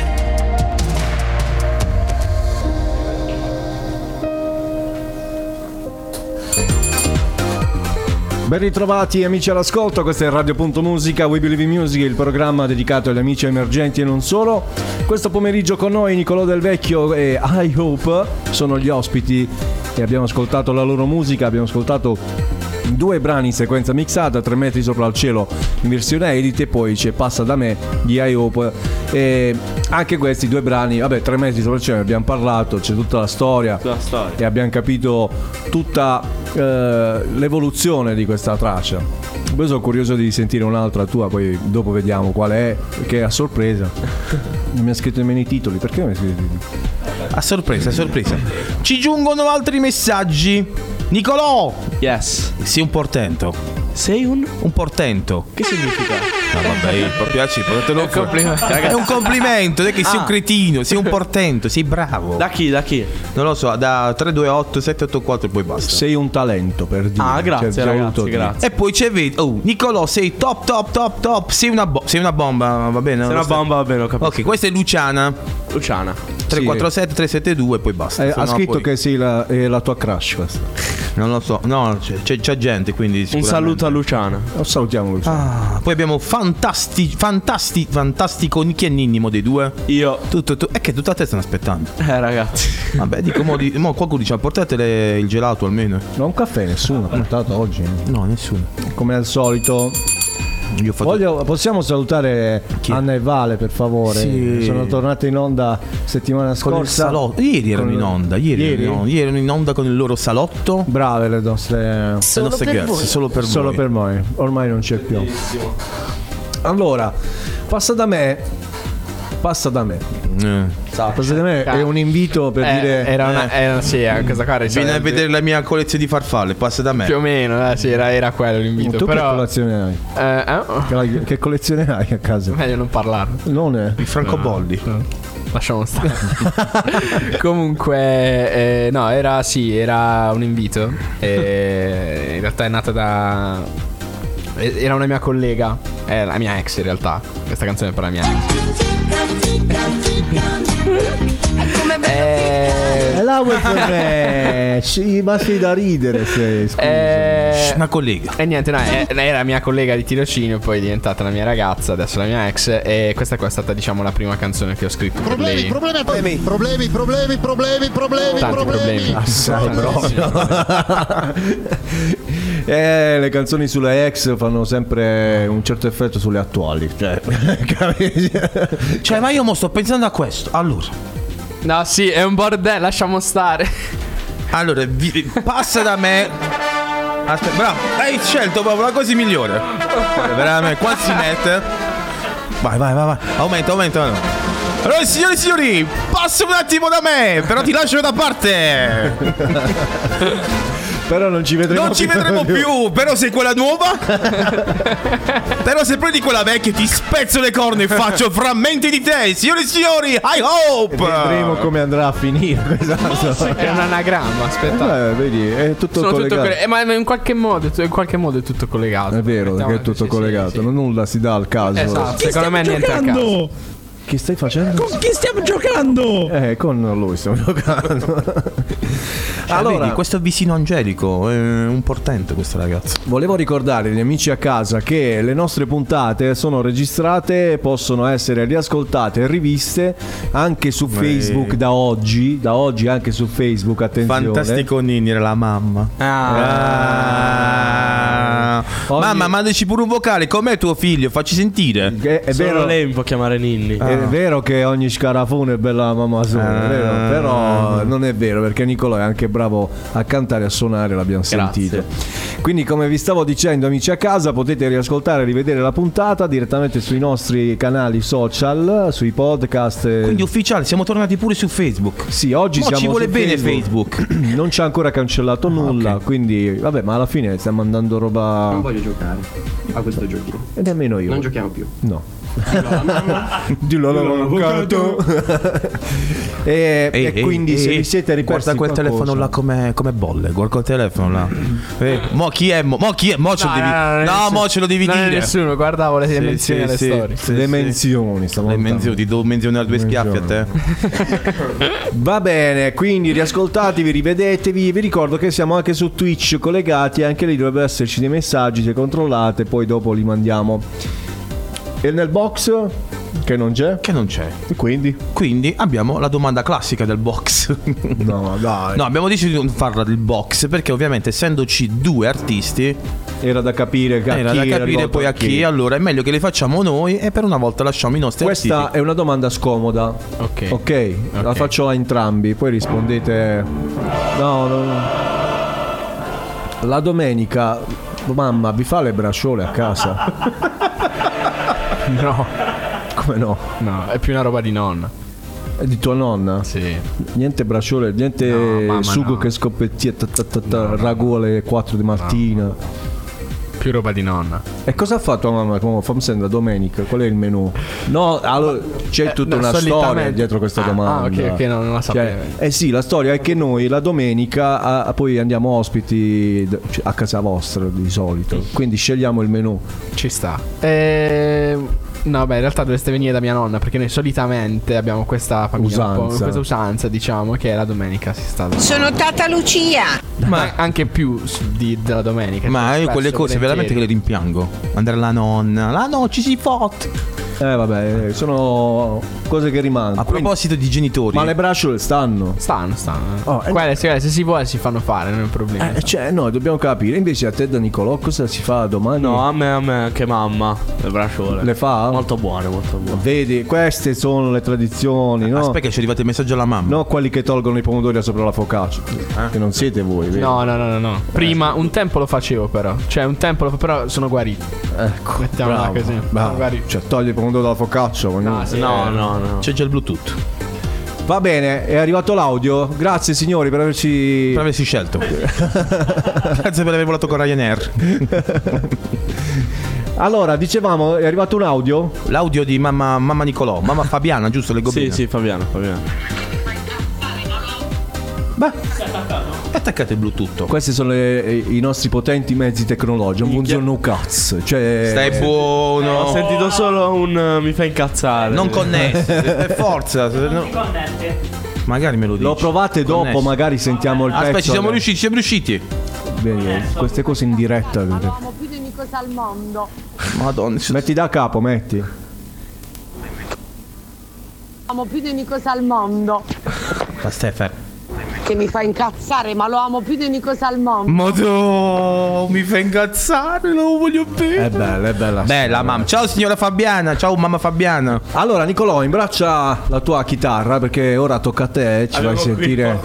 C: Ben ritrovati amici all'ascolto, questo è Radio.Musica, We Believe in Music, il programma dedicato agli amici emergenti e non solo. Questo pomeriggio con noi Nicolò Del Vecchio e I Hope sono gli ospiti e abbiamo ascoltato la loro musica, abbiamo ascoltato 2 brani in sequenza mixata, 3 metri sopra il cielo in versione edit e poi c'è Passa da me di I Hope. E anche questi 2 brani, vabbè, 3 metri sopra il cielo, abbiamo parlato, c'è tutta la storia e abbiamo capito tutta l'evoluzione di questa traccia. Poi sono curioso di sentire un'altra tua, poi dopo vediamo qual è, che è a sorpresa. Non mi ha scritto nemmeno i titoli, perché non mi ha scritto i titoli?
B: A sorpresa, a sorpresa. Ci giungono altri messaggi. Nicolò!
J: Yes.
B: Sei un portento.
J: Sei un
B: portento.
J: Che significa?
B: No, vabbè, proprio è un complimento. Non è che sei un cretino, sei un portento, sei bravo.
J: Da chi? Da chi?
B: Non lo so, da 328 784 e poi basta.
C: Sei un talento, per dire.
J: Ah, grazie, ragazzi, grazie.
B: E poi c'è Nicolò, sei top. Sei una bomba, va bene?
J: Sei una bomba, va bene, ho capito.
B: Ok, questa è Luciana. 347 372 e poi basta.
C: Ha scritto poi... che sei la tua crush questa.
B: Non lo so, no, c'è gente, quindi
J: un saluto a Luciana.
C: Lo salutiamo Luciana.
B: Poi abbiamo fantastico Nicky e Ninnimo dei due.
J: Io
B: è che tutta a te stanno aspettando.
J: Ragazzi.
B: Vabbè, dico mo qualcuno dice portatele il gelato almeno.
C: No, un caffè nessuno ha portato oggi.
B: No, nessuno.
C: Come al solito Possiamo salutare Anna e Vale, per favore?
B: Sì.
C: Sono tornate in onda settimana scorsa.
B: Ieri erano in onda. Ieri erano in onda con il loro salotto.
C: Brave le nostre
B: Solo
C: per voi. Ormai non c'è più. Allora, passa da me. Passa da me è un invito per dire.
E: Questa qua
B: vieni a vedere la mia collezione di farfalle. Passa da me.
E: Più o meno, sì, era quello l'invito.
C: Tu
E: però...
C: che collezione hai? Che collezione hai a casa?
E: Meglio non parlarne.
C: Non è
B: i francobolli.
E: No. Lasciamo stare. Comunque no, era un invito. In realtà è nata da... Era una mia collega, è la mia ex in realtà. Questa canzone è per la mia ex.
C: La vuoi per me? Ma sei da ridere, scusa.
B: Una collega.
E: E niente, no, era mia collega di tirocinio, poi è diventata la mia ragazza, adesso la mia ex. E questa qua è stata, diciamo, la prima canzone che ho scritto per lei.
L: Problemi.
E: Tanti problemi.
C: Assai proprio. Le canzoni sulle ex fanno sempre un certo effetto sulle attuali.
B: Cioè, ma io mo sto pensando a questo. Allora.
E: No, sì, è un bordello, lasciamo stare.
B: Allora, passa da me. Aspetta, bravo, hai scelto proprio la cosa migliore. Veramente, qua si mette. Vai. Aumenta. Allora, signore e signori, passa un attimo da me, però ti lascio da parte.
C: Però non ci vedremo
B: più. Però sei quella nuova. Però se prendi quella vecchia ti spezzo le corna e faccio frammenti di te. Signore e signori, I hope.
C: Vedremo come andrà a finire. Esatto.
E: È un anagramma, aspetta.
C: Vedi, è tutto collegato.
E: Ma in qualche modo è tutto collegato.
C: È vero, perché è tutto collegato.
E: Sì.
C: Nulla si dà al caso.
E: Esatto, secondo me niente al caso.
C: Che stai facendo?
D: Con chi stiamo giocando?
C: Con lui stiamo giocando.
B: Allora, vedi, questo è vicino angelico, è un portento questo ragazzo.
C: Volevo ricordare agli amici a casa che le nostre puntate sono registrate, possono essere riascoltate e riviste anche su Facebook da oggi anche su Facebook, attenzione.
B: Fantastico Nini era la mamma. Mamma, mandaci pure un vocale, com'è tuo figlio? Facci sentire.
C: È vero,
J: lei mi può chiamare Ninni.
C: È vero che ogni scarafone è bella mamma sua, è vero, però non è vero, perché Nicolò è anche bravo a cantare e a suonare, l'abbiamo sentito. Quindi, come vi stavo dicendo, amici a casa, potete riascoltare e rivedere la puntata direttamente sui nostri canali social, sui podcast.
B: Quindi ufficiale, siamo tornati pure su Facebook.
C: Sì, oggi siamo
B: ci vuole
C: su
B: bene Facebook.
C: Non ci ha ancora cancellato nulla, quindi vabbè, ma alla fine stiamo mandando roba.
R: Non voglio giocare a questo giochino.
C: E nemmeno io.
R: Non giochiamo più.
C: No. Dillo all'avvocato. E quindi se vi siete ripersi
B: guarda quel telefono là come bolle. Guarda quel telefono là. Mo chi è? Mo ce lo devi. No, mo ce lo devi dire.
E: Nessuno, guardavo le dimensioni alle storie.
C: Le menzioni,
B: ti devo menzionare due schiaffi a te.
C: Va bene, quindi riascoltatevi, rivedetevi. Vi ricordo che siamo anche su Twitch collegati, anche lì dovrebbero esserci dei messaggi, se controllate, poi dopo li mandiamo. E nel box che non c'è? E quindi
B: abbiamo la domanda classica del box.
C: No, dai.
B: No, abbiamo deciso di non farla del box perché ovviamente essendoci due artisti
C: era da capire
B: poi a chi. Allora è meglio che le facciamo noi e per una volta lasciamo i nostri artisti.
C: Questa è una domanda scomoda. Ok. La faccio a entrambi, poi rispondete. No. La domenica mamma vi fa le bracciole a casa?
E: No.
C: Come no?
E: No, è più una roba di nonna.
C: È di tua nonna?
E: Sì.
C: Niente bracciole, niente sugo che scoppettia, ragù alle 4 di mattina.
E: Più roba di nonna.
C: E cosa ha fatto mamma? Fammi sentire domenica, qual è il menù? No, allora c'è tutta una storia dietro questa domanda.
E: Ok, non la sapevo.
C: Sì, la storia è che noi la domenica poi andiamo ospiti a casa vostra di solito, quindi scegliamo il menù.
E: Ci sta. No, beh, in realtà dovreste venire da mia nonna, perché noi solitamente abbiamo questa famiglia, questa usanza, diciamo, che la domenica si sta.
H: Sono Tata Lucia.
E: Ma anche più della domenica.
B: Ma io quelle cose veramente che le rimpiango. Andare alla nonna. La no, ci si fotte.
C: Vabbè, sono cose che rimangono.
B: A proposito di genitori,
C: ma le bracciole stanno.
E: Stanno. Quelle se si vuole si fanno fare, non è un problema.
C: Cioè, noi dobbiamo capire. Invece a te da Nicolò cosa si fa domani?
J: No, a me anche mamma le bracciole.
C: Le fa?
J: Molto buone.
C: Vedi, queste sono le tradizioni, no?
B: Aspetta che ci è arrivato il messaggio alla mamma.
C: No, quelli che tolgono i pomodori sopra la focaccia. Che non siete voi, vedi?
E: No. Prima un tempo lo facevo però. Cioè un tempo però sono guarito.
C: Ecco.
E: Mettiamola così.
C: Cioè togli il pomodoro dalla focaccia.
E: No.
B: C'è già il Bluetooth.
C: Va bene, è arrivato l'audio. Grazie signori per averci
B: scelto. Grazie per aver volato con Ryanair.
C: Allora, dicevamo, è arrivato un audio?
B: L'audio di mamma Nicolò. Mamma Fabiana, giusto? Le gobine?
J: Sì, Fabiana.
B: Beh, è attaccato il Bluetooth.
C: Questi sono i nostri potenti mezzi tecnologici. Un buongiorno cazzo. Cioè,
B: stai buono.
J: Ho sentito solo un mi fa incazzare.
B: Non connessi. Per forza. Magari me lo dici.
C: Lo provate dopo, connessi. Magari sentiamo il pezzo.
B: Aspetta, siamo riusciti.
C: Bene, queste cose in diretta.
G: Non avevamo più nemicosa al mondo.
B: Madonna.
C: Metti da capo, metti.
G: Amo più nemicosa al mondo.
B: Ma Stefan,
G: che mi fa incazzare, ma lo amo più di ogni cosa al mondo.
B: Madonna, mi fa incazzare, lo voglio bene.
C: È bella.
B: Bella mamma. Ciao signora Fabiana, ciao mamma Fabiana.
C: Allora Nicolò, imbraccia la tua chitarra perché ora tocca a te, ci vai sentire.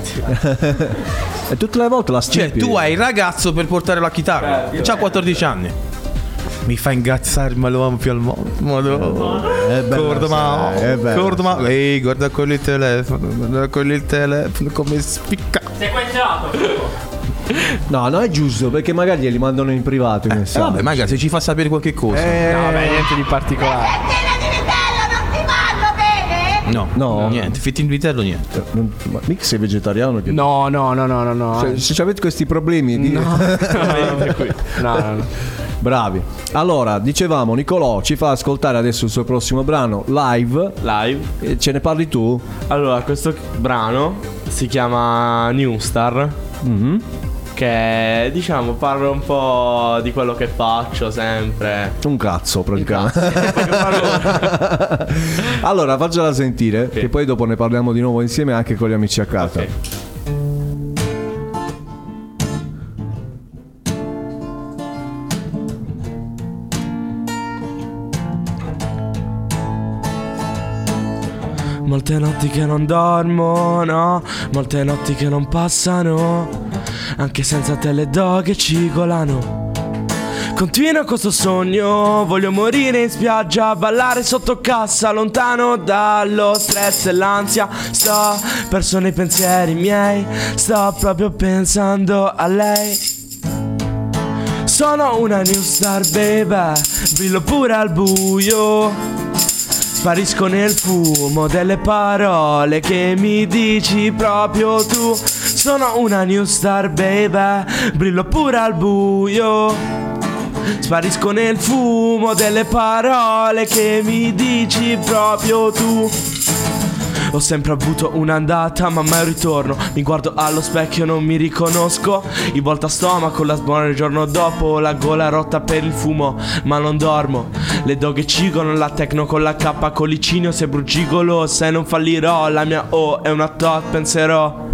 C: E tutte le volte la stimpi.
B: Cioè tu hai il ragazzo per portare la chitarra. C'ha 14 anni. Mi fa ingazzare, ma lo amo più al mondo. Madonna. Guarda quello il telefono, come spicca.
E: Sequestrato.
C: No, è giusto, perché magari glieli mandano in privato i messaggi.
B: Vabbè, magari se ci fa sapere qualche cosa.
E: No, vabbè, niente di particolare.
B: No, niente, fitti in vitello niente.
C: Ma mica sei vegetariano?
E: No.
C: Se avete questi problemi
E: No.
C: Bravi. Allora, dicevamo, Nicolò ci fa ascoltare adesso il suo prossimo brano live. E ce ne parli tu?
J: Allora, questo brano si chiama New Star. Che diciamo parla un po' di quello che faccio sempre.
C: Un cazzo praticamente. Allora faccela sentire, che poi dopo ne parliamo di nuovo insieme anche con gli amici a casa.
J: Molte notti che non dormo, no. Molte notti che non passano, anche senza te le doghe cigolano. Continuo questo sogno, voglio morire in spiaggia, ballare sotto cassa, lontano dallo stress e l'ansia. Sto perso nei pensieri miei, sto proprio pensando a lei. Sono una new star baby, brillo pure al buio. Sparisco nel fumo delle parole che mi dici proprio tu. Sono una new star baby, brillo pure al buio. Sparisco nel fumo delle parole che mi dici proprio tu. Ho sempre avuto un'andata ma mai un ritorno. Mi guardo allo specchio, non mi riconosco. Il volta stomaco, la sbuona il giorno dopo. La gola rotta per il fumo, ma non dormo. Le doghe cigolano, la tecno con la K. Con licinio se brugigolo, se non fallirò. La mia O è una tot, penserò.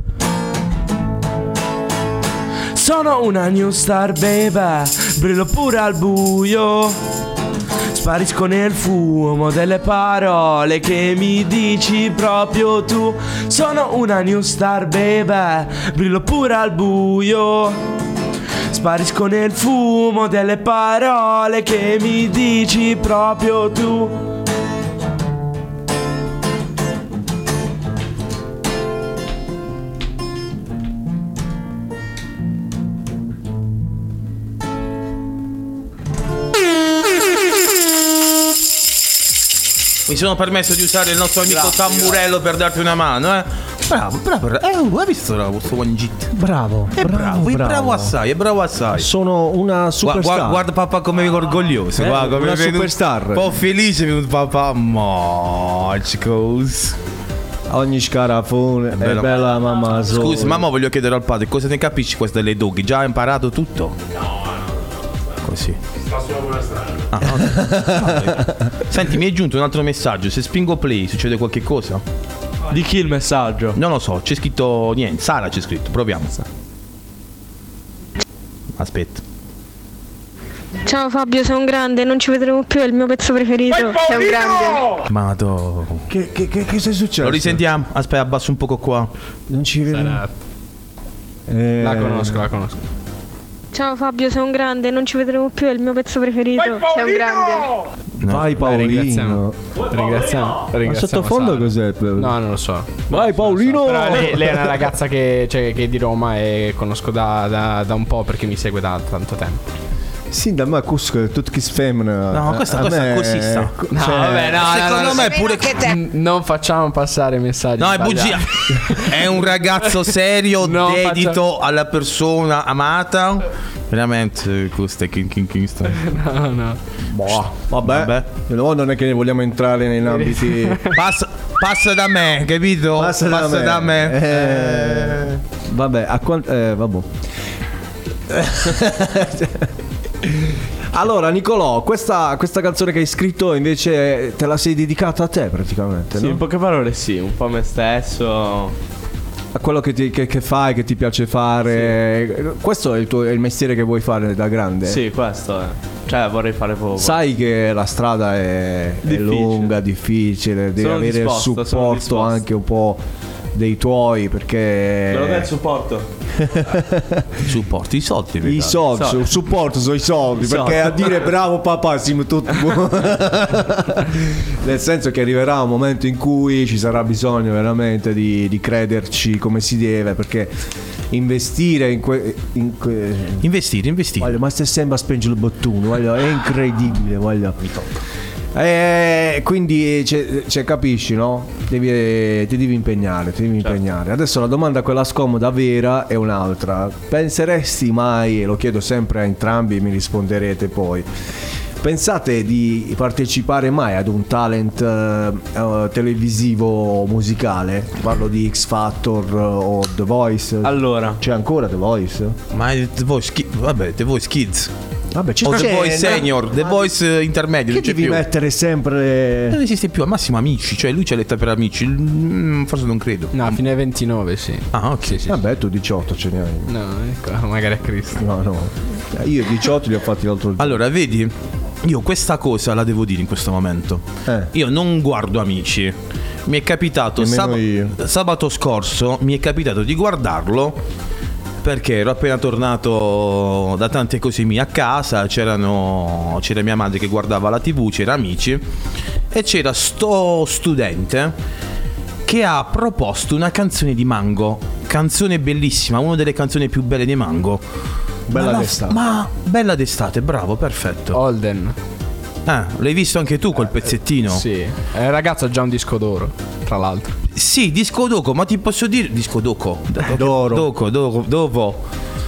J: Sono una new star baby, brillo pure al buio. Sparisco nel fumo delle parole che mi dici proprio tu. Sono una new star baby, brillo pure al buio. Sparisco nel fumo delle parole che mi dici proprio tu.
B: Mi sono permesso di usare il nostro amico Tamburello per darti una mano, eh. Bravo. Hai visto questo one git?
C: Bravo.
B: È bravo assai.
C: Sono una superstar.
B: Guarda papà come è orgoglioso. Guarda come
C: una superstar.
B: Un po' felice è venuto papà. Mochicos.
C: Ogni scarafone è bella mamma.
B: Scusi, mamma, voglio chiedere al padre cosa ne capisci questa delle doghe? Già hai imparato tutto? così.
J: Sta sulla buona strada.
B: Okay. Senti, mi è giunto un altro messaggio. Se spingo play succede qualche cosa?
J: Di chi il messaggio?
B: Non lo so, c'è scritto niente. Sara c'è scritto, proviamo. Aspetta.
S: Ciao Fabio, sei un grande, non ci vedremo più, è il mio pezzo preferito. Sei un grande.
B: Madò.
C: Che sei successo?
B: Lo risentiamo. Aspetta, abbasso un poco qua.
C: Non ci vediamo.
E: La conosco.
S: Ciao Fabio, sei un grande, non ci vedremo più, è il mio pezzo preferito. Sei un grande.
C: Vai Paolino.
E: Ringraziamo.
C: Ma sottofondo
E: Sara.
C: cos'è?
E: No, non lo so.
C: Vai Paolino.
E: Però lei è una ragazza che è di Roma e conosco da un po' perché mi segue da tanto tempo.
C: Sì, da me Cusco è tutto chi sfemmina.
B: No, questa così sta.
E: No, vabbè, no,
B: secondo me pure
H: che te.
E: Non facciamo passare messaggi.
B: No, è bugia. È un ragazzo serio, dedito alla persona amata. Veramente, questo è Kingston.
E: No.
C: Boh, vabbè. No, non è che ne vogliamo entrare negli ambiti.
B: Passa da me, capito? Passa da me.
C: Vabbè, vabbè. Allora Nicolò, questa canzone che hai scritto invece te la sei dedicata a te praticamente,
J: sì,
C: no?
J: In poche parole sì, un po' a me stesso.
C: A quello che fai, che ti piace fare, sì. Questo è il mestiere che vuoi fare da grande?
J: Sì, questo è. Cioè vorrei fare poco.
C: Sai che la strada è lunga, difficile, devi avere il supporto anche un po' dei tuoi, perché
J: me lo dai il supporto?
B: Supporti i soldi,
C: i soldi. Supporto sono i soldi, perché a dire bravo papà siamo tutti nel senso che arriverà un momento in cui ci sarà bisogno veramente di crederci come si deve, perché investire investire voglio, ma se sembra spengere il bottone, voglio, è incredibile, voglio. Quindi capisci, no? Ti devi impegnare. Adesso la domanda, quella scomoda vera, è un'altra. Penseresti mai, e lo chiedo sempre a entrambi e mi risponderete poi, pensate di partecipare mai ad un talent televisivo musicale? Parlo di X Factor o The Voice.
J: Allora,
C: c'è ancora The Voice?
B: Ma è The Voice The Voice Kids.
C: Vabbè,
B: o The Voice Senior, The Voice intermedio.
C: Che devi mettere sempre.
B: Non esiste più, al massimo amici. Cioè lui c'è letta per amici. Forse non credo.
E: No, fine 29, sì.
B: Ah, ok.
E: Sì.
C: Vabbè, tu 18 ce ne hai.
E: No, ecco, magari a Cristo.
C: No. Io 18 li ho fatti l'altro giorno.
B: Allora, vedi, io questa cosa la devo dire in questo momento. Io non guardo Amici. Mi è capitato sabato scorso, mi è capitato di guardarlo perché ero appena tornato da tante cose mie a casa, c'era mia madre che guardava la TV, c'era Amici e c'era sto studente che ha proposto una canzone di Mango, canzone bellissima, una delle canzoni più belle di Mango.
C: Bella d'estate.
B: Ma bella d'estate, bravo, perfetto.
E: Holden.
B: L'hai visto anche tu quel pezzettino?
E: Sì. Il ragazzo ha già un disco d'oro, tra l'altro.
B: Sì, disco d'oro, ma ti posso dire disco d'oro. Dopo.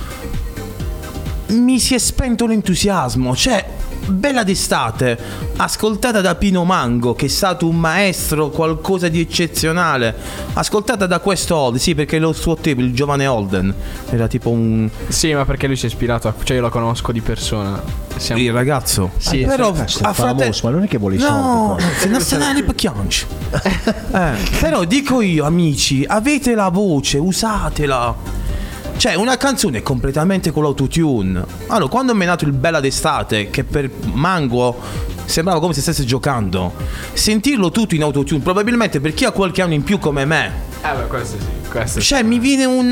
B: Mi si è spento l'entusiasmo, cioè bella d'estate, ascoltata da Pino Mango, che è stato un maestro, qualcosa di eccezionale, ascoltata da questo Holden, sì, perché lo suo tempo, il giovane Holden, era tipo un...
E: Sì, ma perché lui si è ispirato cioè io lo conosco di persona.
B: Il ragazzo?
E: Sì,
B: però
C: a famoso, ma non è che vuole i soldi.
B: Se non se ne picchianci. Però dico io, amici, avete la voce, usatela. Cioè, una canzone completamente con l'autotune. Allora, quando mi è nato il Bella d'estate, che per Mango sembrava come se stesse giocando, sentirlo tutto in autotune, probabilmente per chi ha qualche anno in più come me.
E: Beh, questo sì.
B: Cioè, mi viene un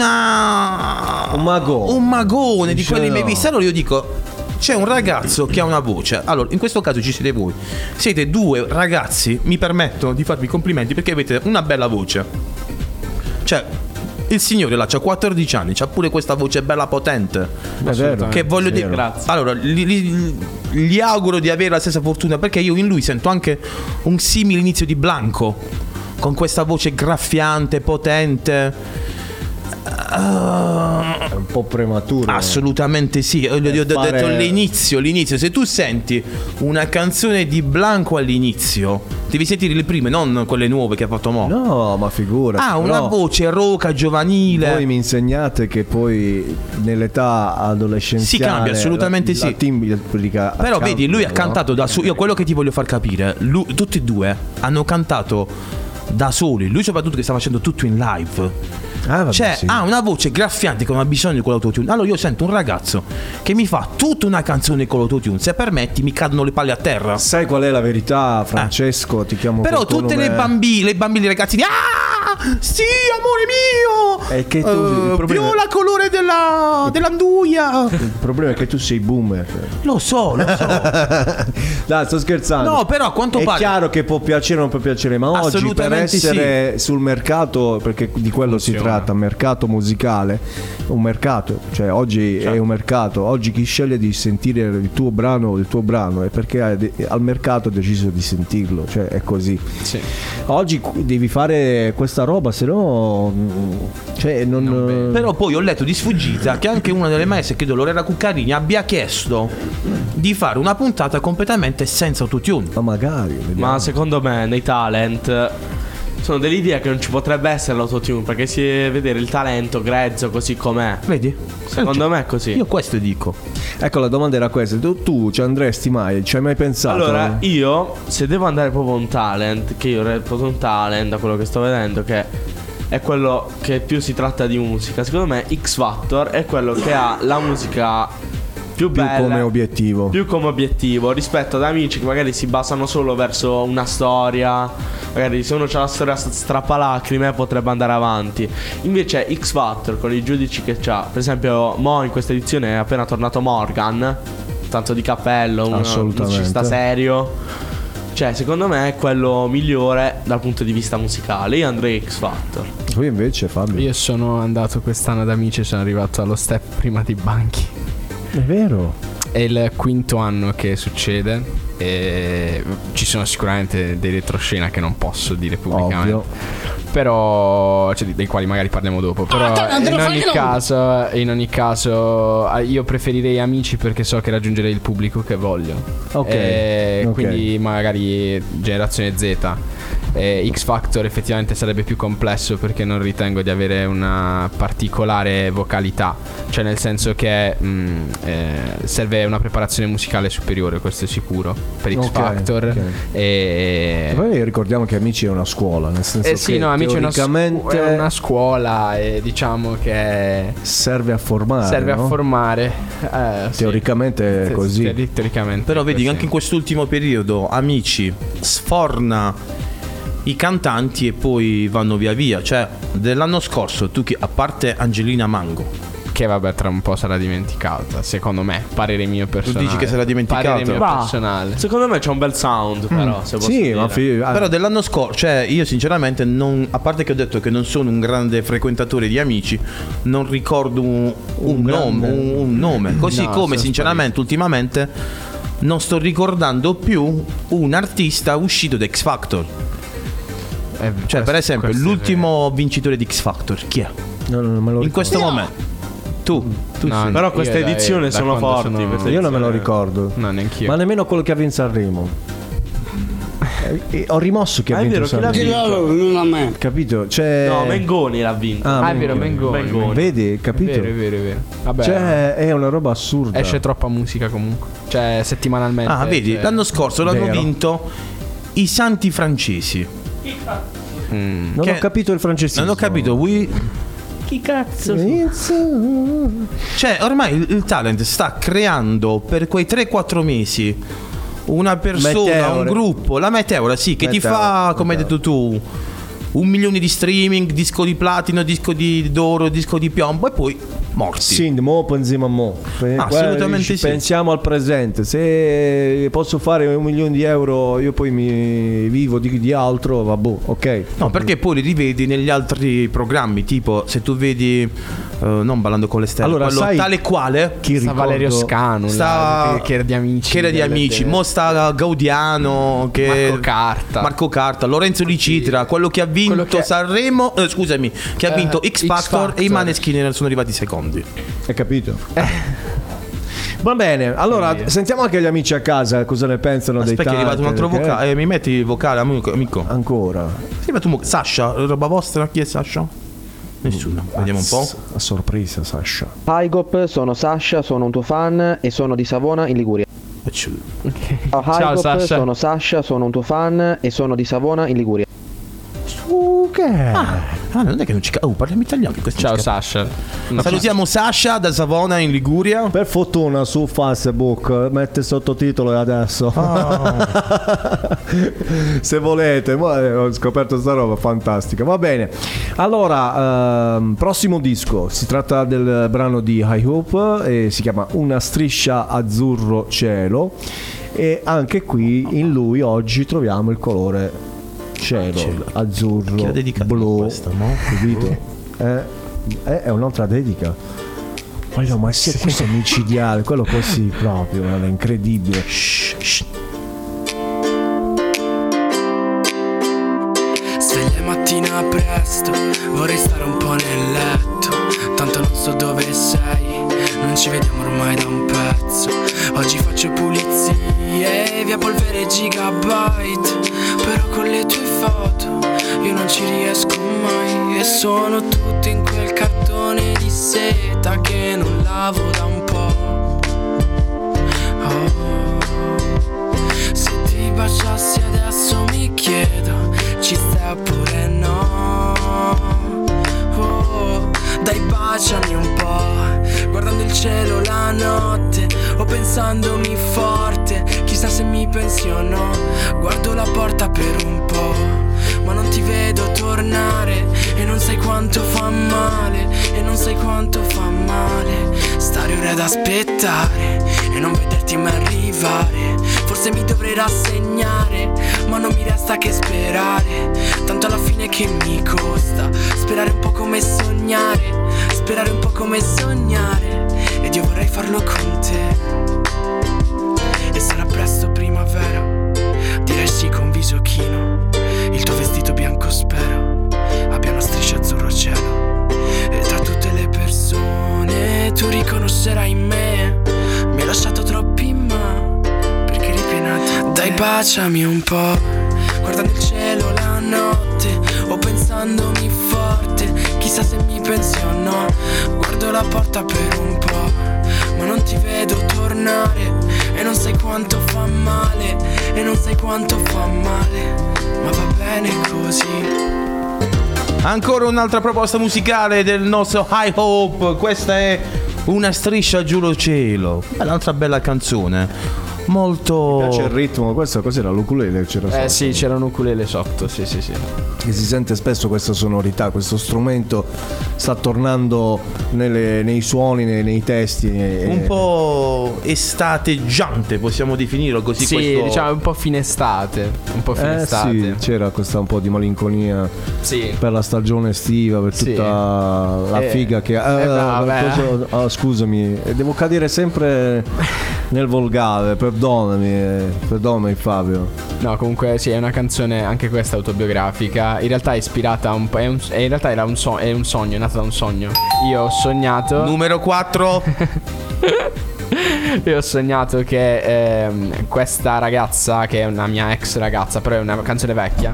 B: magone di quelli mai visti. Allora io dico, c'è un ragazzo che ha una voce. Allora, in questo caso ci siete voi. Siete due ragazzi, mi permetto di farvi complimenti perché avete una bella voce. Cioè, il signore là c'ha 14 anni, c'ha pure questa voce bella potente.
C: È vero.
B: Che voglio dire,
J: grazie.
B: allora gli auguro di avere la stessa fortuna, perché io in lui sento anche un simile inizio di Blanco, con questa voce graffiante, potente.
C: È un po' prematuro.
B: Assolutamente sì. Ho detto all'inizio. Se tu senti una canzone di Blanco all'inizio, devi sentire le prime, non quelle nuove che ha fatto mo.
C: No, ma figura.
B: Ha una voce roca, giovanile.
C: Voi mi insegnate che poi nell'età adolescenziale
B: si cambia, assolutamente sì.
C: Timbrica
B: però vedi, lui ha cantato da solo. Io quello che ti voglio far capire, tutti e due hanno cantato da soli. Lui soprattutto che sta facendo tutto in live. Ha una voce graffiante che non ha bisogno di quell'autotune. Allora io sento un ragazzo che mi fa tutta una canzone con l'autotune. Se permetti mi cadono le palle a terra.
C: Sai qual è la verità, Francesco? Ti chiamo.
B: Però tutte le bambine, i ragazzini, sì, amore mio,
C: è che tu
B: viola colore dell'anduia.
C: Il problema è che tu sei boomer.
B: Lo so.
C: Dai, sto scherzando.
B: No, però a quanto pare
C: è chiaro che può piacere o non può piacere, ma oggi per essere sul mercato, perché di quello si tratta, mercato musicale, un mercato, cioè oggi è un mercato. Oggi chi sceglie di sentire il tuo brano è perché al mercato ha deciso di sentirlo, cioè è così.
E: Sì.
C: Oggi devi fare questa roba, se no non
B: Però poi ho letto di sfuggita che anche una delle maestre, credo Lorena Cuccarini, abbia chiesto di fare una puntata completamente senza autotune.
C: Ma magari, vediamo.
J: Ma secondo me nei talent sono dell'idea che non ci potrebbe essere l'autotune, perché si deve vedere il talento grezzo così com'è.
B: Vedi?
J: Secondo me è così.
B: Io questo dico.
C: Ecco, la domanda era questa: tu ci andresti mai? Ci hai mai pensato?
J: Allora, io se devo andare proprio un talent, che io reputo un talent da quello che sto vedendo, che è quello che più si tratta di musica, secondo me X Factor è quello che ha la musica più bella,
C: come obiettivo.
J: Più come obiettivo rispetto ad Amici che magari si basano solo verso una storia. Magari se uno c'ha la storia strappalacrime potrebbe andare avanti. Invece X Factor con i giudici che c'ha, per esempio mo in questa edizione è appena tornato Morgan, tanto di cappello, un musicista serio. Cioè secondo me è quello migliore dal punto di vista musicale. Io andrei X Factor.
C: Tu invece, Fabio?
E: Io sono andato quest'anno ad Amici e sono arrivato allo step prima di Banchi.
C: È vero.
E: È il quinto anno che succede e ci sono sicuramente dei retroscena che non posso dire pubblicamente. Ovvio. Però dei quali magari parliamo dopo. Però in ogni caso io preferirei Amici perché so che raggiungerei il pubblico che voglio.
C: Ok.
E: Quindi magari generazione Z. X Factor effettivamente sarebbe più complesso perché non ritengo di avere una particolare vocalità, cioè nel senso che serve una preparazione musicale superiore, questo è sicuro, per X Factor. E
C: poi ricordiamo che Amici è una scuola, nel senso che
E: Amici
C: teoricamente
E: è una scuola e diciamo che
C: serve a formare.
E: A formare.
C: Teoricamente è così.
E: Teoricamente.
B: Però vedi che anche in quest'ultimo periodo Amici sforna i cantanti e poi vanno via via. Cioè dell'anno scorso a parte Angelina Mango,
E: che vabbè tra un po' sarà dimenticata, secondo me, parere mio personale.
B: Tu dici che sarà dimenticata?
E: Parere mio personale.
J: Secondo me c'è un bel sound però, se posso dire.
B: Però dell'anno scorso, cioè io sinceramente non, a parte che ho detto che non sono un grande frequentatore di Amici, non ricordo un nome. Così come sinceramente ultimamente non sto ricordando più un artista uscito da X Factor. Cioè per esempio l'ultimo vincitore di X Factor chi è?
C: No, non me lo ricordo.
B: In questo momento tu
J: no, però queste edizioni sono forti.
C: Io non me lo ricordo.
E: No, neanch'io.
C: Ma nemmeno quello che ha vinto Sanremo. Ho rimosso che ha vinto Sanremo.
M: Non a me.
C: Capito? Cioè...
J: No, Mengoni l'ha vinto.
E: È vero, Mengoni.
C: Vedi, capito?
E: È vero. Vabbè,
C: cioè è una roba assurda.
E: Esce troppa musica comunque. Cioè settimanalmente.
B: Vedi, l'anno scorso l'hanno vinto i Santi Francesi.
C: Non ho capito il francesismo.
B: Non ho capito. Chi cazzo? Cioè ormai il talent sta creando per quei 3-4 mesi una persona, un gruppo, la Meteora, sì, che ti fa, come hai detto tu, 1 milione di streaming, disco di platino, disco di d'oro, disco di piombo e poi morti.
C: Sì, mo pensiamo a mo.
B: Assolutamente sì.
C: Pensiamo al presente. Se posso fare 1 milione di euro, io poi mi vivo di altro, vabbè, ok.
B: No, perché poi li rivedi negli altri programmi, tipo se tu vedi non Ballando con le stelle,
C: allora,
B: quello
C: sai
B: tale quale
C: chi
E: sta Valerio Scanu, che era di Amici.
B: Che era di Amici. Mo sta Gaudiano, Marco Carta, Lorenzo Di Citra, quello che ha vinto Sanremo, scusami, che ha vinto X Factor, e i Maneskin sono arrivati secondi.
C: Hai capito? Va bene, allora sentiamo anche gli amici a casa cosa ne pensano.
B: Aspetta,
C: dei
B: che è arrivato un altro
C: perché...
B: vocale. Mi metti il vocale, amico?
C: Ancora?
B: Sasha, roba vostra? Chi è Sasha? Nessuno. Vediamo un po'.
C: A sorpresa, Sasha.
T: Higop, sono Sasha, sono un tuo fan e sono di Savona in Liguria.
E: Ciao Sasha.
T: Sono Sasha, sono un tuo fan e sono di Savona in Liguria.
B: Non è che non ci parliamo italiano.
E: Ciao Sasha.
B: Salutiamo Sasha da Savona in Liguria.
C: Per fortuna su Facebook mette sottotitolo adesso. Se volete. Ho scoperto sta roba fantastica. Va bene. Allora, prossimo disco. Si tratta del brano di High Hope e si chiama Una striscia azzurro cielo. E anche qui in lui oggi troviamo il colore cielo. Azzurro, blu,
B: questa, no?
C: capito? È un'altra dedica. Voglio, ma questo è micidiale, quello così proprio, è incredibile.
I: Sveglia mattina presto, vorrei stare un po' nel letto, tanto non so dove sei, non ci vediamo ormai da un pezzo. Oggi faccio pulizie, via polvere gigabyte, però con le tue foto io non ci riesco mai. E sono tutte in quel cartone di seta che non lavo da un po'. Se ti baciassi adesso mi chiedo, ci stai oppure no? Dai, baciami un po', guardando il cielo la notte o pensandomi forte, chissà se mi pensi o no. Guardo la porta per un po', ma non ti vedo tornare, e non sai quanto fa male, e non sai quanto fa male stare ore ad aspettare e non vederti mai arrivare. Forse mi dovrei rassegnare, ma non mi resta che sperare, tanto alla fine che mi costa sperare un po' come sognare, sperare un po' come sognare, ed io vorrei farlo con te. E sarà presto primavera, direi sì con viso chino, il tuo vestito bianco spero abbia una striscia azzurro cielo, e tra tutte le persone tu riconoscerai me. Mi hai lasciato troppi ma, perché ripiena di te. Dai, baciami un po', guardando il cielo la notte o pensandomi forte, chissà se mi pensi o no. Guardo la porta per un po', ma non ti vedo tornare, e non sai quanto fa male, e non sai quanto fa male, ma va bene così.
B: Ancora un'altra proposta musicale del nostro High Hope. Questa è Una striscia azzurro cielo, è un'altra bella canzone. Molto.
C: Mi piace il ritmo, questo cos'era l'ukulele? C'era sotto.
E: Sì, c'era un ukulele sotto, sì.
C: Che si sente spesso questa sonorità, questo strumento sta tornando nei suoni, nei testi.
B: Un po' estateggiante, possiamo definirlo così.
E: Sì,
B: questo...
E: diciamo un po' finestate. Un po' finestate.
C: Sì, c'era questa un po' di malinconia per la stagione estiva, per tutta la figa che scusami, devo cadere sempre nel volgare, perdonami Fabio.
E: No, comunque sì, è una canzone anche questa autobiografica. In realtà è ispirata a un po', in realtà è un sogno, è nata da un sogno. Io ho sognato
B: numero 4.
E: Io ho sognato che questa ragazza, che è una mia ex ragazza, però è una canzone vecchia,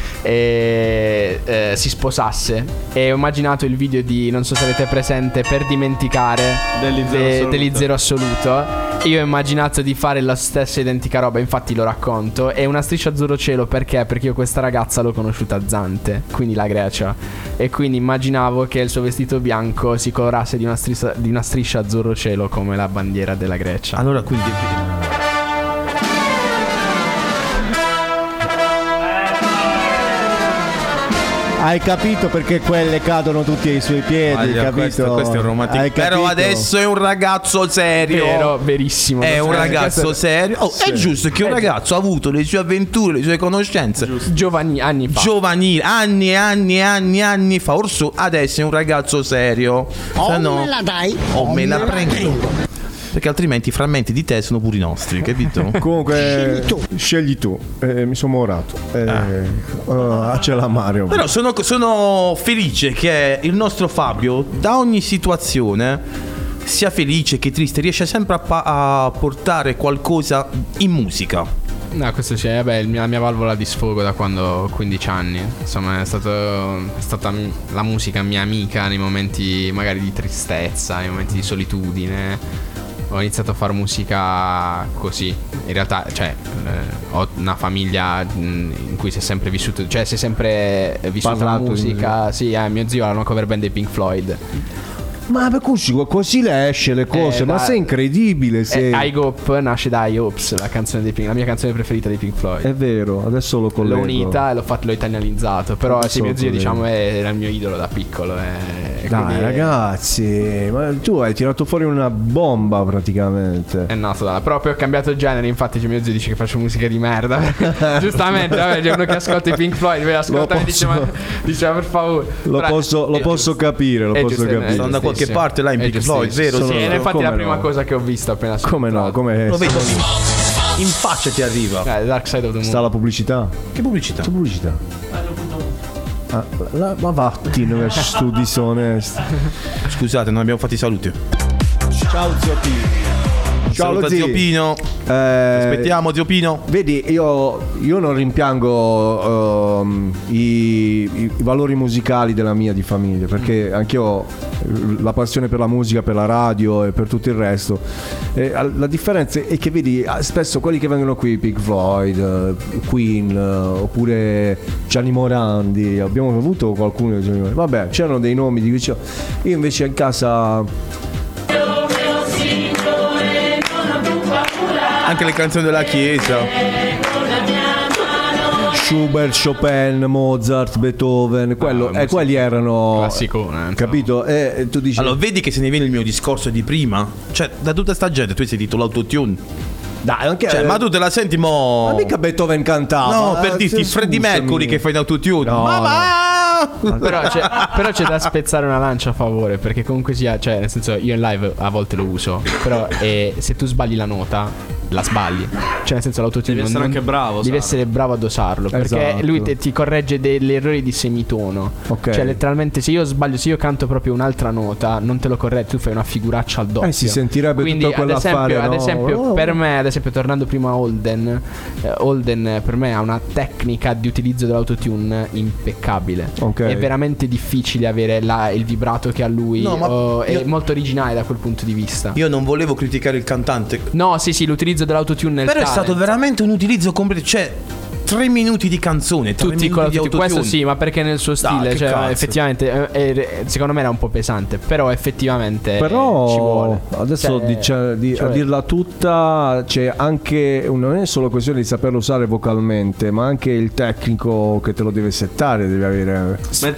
E: si sposasse, e ho immaginato il video di, non so se avete presente, Per dimenticare degli Zero Assoluto. Io ho immaginato di fare la stessa identica roba, infatti lo racconto. È Una striscia azzurro cielo perché io questa ragazza l'ho conosciuta a Zante, quindi la Grecia, e quindi immaginavo che il suo vestito bianco si colorasse di una striscia azzurro cielo come la bandiera della Grecia.
B: Allora quindi
C: Hai capito perché quelle cadono tutti ai suoi piedi, capito?
B: Questo è un romantico. Però adesso è un ragazzo serio.
E: Vero, verissimo.
B: È un ragazzo serio.
C: Sì.
B: È giusto che un ragazzo ha avuto le sue avventure, le sue conoscenze
E: anni fa.
B: Giovanili, anni fa. Orso adesso è un ragazzo serio.
M: O me la dai
B: o me la prendo. Perché altrimenti i frammenti di te sono pure i nostri, capito?
C: Comunque scegli tu. Mi sono morato. C'è la Mario.
B: Però sono felice che il nostro Fabio da ogni situazione, sia felice che triste, riesce sempre a portare qualcosa in musica.
E: No, questo c'è, la mia valvola di sfogo da quando ho 15 anni. Insomma, è stata la musica mia amica nei momenti magari di tristezza, nei momenti di solitudine. Ho iniziato a fare musica così. In realtà, ho una famiglia in cui si è sempre vissuto, si è sempre vissuta la musica. Sì, mio zio ha una cover band dei Pink Floyd.
C: Ma così le esce le cose, ma sei incredibile.
E: I Go Up nasce da I Hopes, la mia canzone preferita dei Pink Floyd.
C: È vero, adesso lo collego.
E: L'ho unita e l'ho italianizzato. Però mio zio diciamo era il mio idolo da piccolo.
C: Dai ragazzi, ma tu hai tirato fuori una bomba praticamente.
E: È nato però poi ho cambiato genere. Infatti mio zio dice che faccio musica di merda. Giustamente, c'è uno che ascolta i Pink Floyd, ascolta e dice ma per favore.
C: Lo posso capire.
B: Sono da qualche parte là in Pink Floyd, vero?
E: Sì, infatti è la prima cosa che ho visto appena
C: Come no? Come
B: lo vedo in faccia ti arriva.
E: Dark Side of the Moon.
C: Sta la pubblicità.
B: Che pubblicità?
C: Che pubblicità? Ma vattene stu disonesti.
B: Scusate, non abbiamo fatto i saluti.
C: Ciao zio Pino.
B: Ciao zio Pino. Aspettiamo zio Pino.
C: Vedi, io non rimpiango i valori musicali della mia di famiglia, perché anch'io ho la passione per la musica, per la radio e per tutto il resto. La differenza è che vedi spesso quelli che vengono qui, Pink Floyd, Queen, oppure Gianni Morandi, abbiamo avuto qualcuno di Gianni Morandi. Vabbè, c'erano dei nomi di io invece in casa
B: anche le canzoni della chiesa,
C: Schubert, Chopin, Mozart, Beethoven, quelli erano
E: classicone,
C: capito? E tu dici
B: allora vedi che se ne viene il mio discorso di prima, da tutta sta gente tu hai sentito l'autotune.
C: Dai, anche
B: ma tu te la senti mo?
C: Ma mica Beethoven cantava.
B: No, per dirti Freddie Mercury che fa in autotune.
C: No,
E: Però c'è da spezzare una lancia a favore, perché comunque sia, nel senso, io in live a volte lo uso, però se tu sbagli la nota la sbagli, nel senso l'autotune
J: devi essere anche bravo,
E: devi essere bravo a dosarlo, perché lui ti corregge degli errori di semitono. Letteralmente se io canto proprio un'altra nota non te lo corregge, tu fai una figuraccia al doppio.
C: Si sentirebbe
E: quindi
C: tutto quell'affare,
E: ad esempio per me, ad esempio tornando prima a Holden per me ha una tecnica di utilizzo dell'autotune impeccabile. È veramente difficile avere il vibrato che ha lui. È molto originale da quel punto di vista.
B: Io non volevo criticare il cantante.
E: No, sì, l'utilizzo dell'autotune nel
B: però è stato veramente un utilizzo completo. 3 minuti di canzone, tutti con l'autotune.
E: Questo sì, ma perché nel suo stile, effettivamente secondo me era un po' pesante, però effettivamente ci vuole.
C: Adesso a dirla tutta, c'è anche non è solo questione di saperlo usare vocalmente, ma anche il tecnico che te lo deve settare, deve avere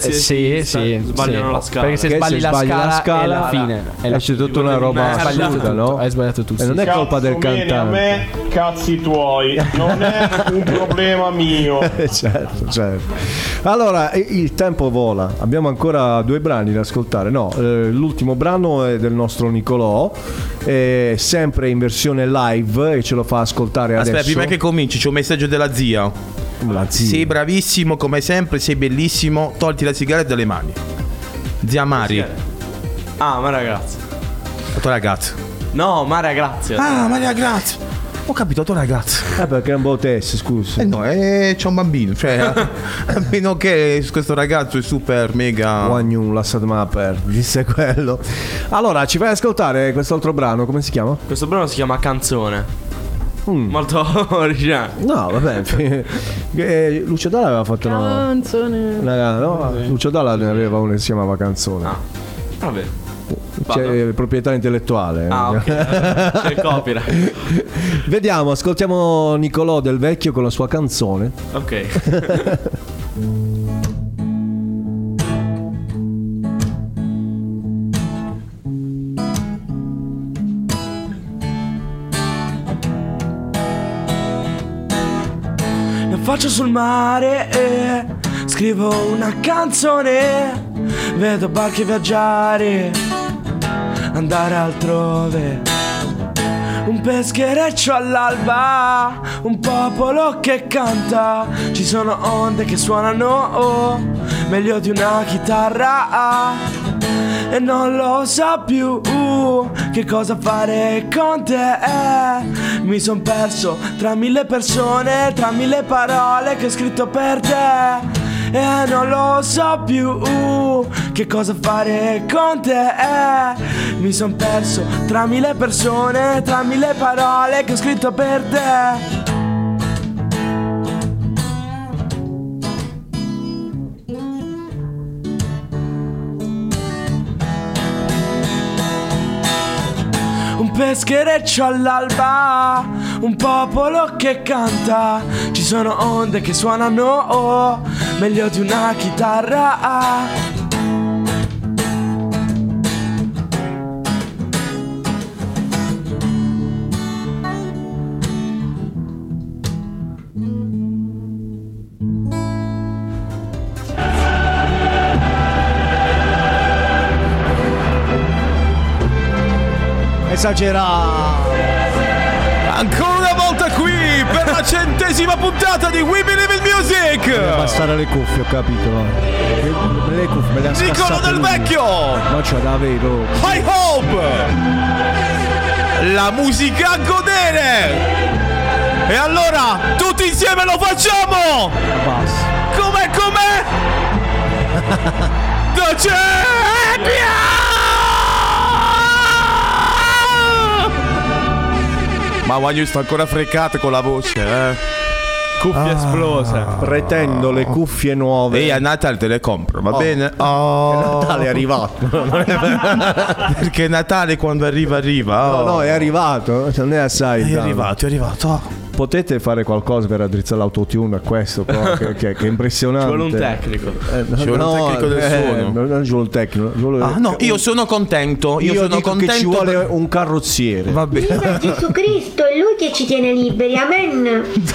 J: sbagliano la scala,
E: perché se sbagli la scala è la fine,
C: esce tutta una roba assurda, no?
E: Hai sbagliato tutto.
C: E non è colpa del cantante.
L: A me cazzi tuoi, non è un problema mio.
C: certo. Allora il tempo vola, abbiamo ancora 2 brani da ascoltare. L'ultimo brano è del nostro Nicolò, è sempre in versione live e ce lo fa ascoltare adesso.
B: Aspetta, prima che cominci c'è un messaggio della zia. Sei bravissimo come sempre, sei bellissimo, tolti la sigaretta dalle mani. Zia Mari.
J: Ma ragazzi.
B: Tua ragazza.
J: No, Maria grazie.
B: Maria grazie. Ho capito, tua ragazza.
C: Perché è un bottesse, scusa.
B: C'è un bambino. A meno che questo ragazzo è super mega.
C: Guagnun, lasciate per disse quello. Allora, ci fai ascoltare quest'altro brano, come si chiama?
J: Questo brano si chiama Canzone. Molto originale.
C: No, vabbè. Lucio Dalla aveva fatto
E: Canzone.
C: Lucio Dalla ne aveva uno che si chiamava Canzone.
J: Vabbè.
C: C'è proprietà intellettuale.
J: Ok. C'è copyright.
C: Vediamo, ascoltiamo Nicolò Del Vecchio con la sua canzone.
J: Ok. faccio sul mare e scrivo una canzone. Vedo barche viaggiare, andare altrove. Un peschereccio all'alba, un popolo che canta. Ci sono onde che suonano meglio di una chitarra. E non lo so più che cosa fare con te. Mi son perso tra mille persone, tra mille parole che ho scritto per te. E non lo so più che cosa fare con te. Mi son perso tra mille persone, tra mille parole che ho scritto per te. Un peschereccio all'alba, un popolo che canta. Ci sono onde che suonano meglio di una chitarra.
C: Esagerato.
B: Ancora una volta qui per la 100ª puntata di We Believe in Music.
C: Deve passare le cuffie, ho capito. Le cuffie me le ha
B: Nicolo Del Vecchio.
C: Ma c'è davvero.
B: High Hope. La musica a godere. E allora tutti insieme lo facciamo.
C: Basta.
B: Com'è? The Champion. Ma voglio sto ancora freccate con la voce,
C: Cuffie esplose. Pretendo le cuffie nuove.
B: E a Natale te le compro, va bene?
C: Natale è arrivato.
B: Perché Natale quando arriva.
C: No, è arrivato. Non è assai.
B: È arrivato.
C: Potete fare qualcosa per addrizzare l'autotune a questo? Che è impressionante.
J: Ci vuole un tecnico.
B: Ci vuole un tecnico del suono.
C: Non ci vuole un tecnico.
B: No, io sono contento.
C: Io sono contento che ci vuole un carrozziere.
B: Va bene.
U: Viva Gesù Cristo, è Lui che ci tiene liberi. Amen.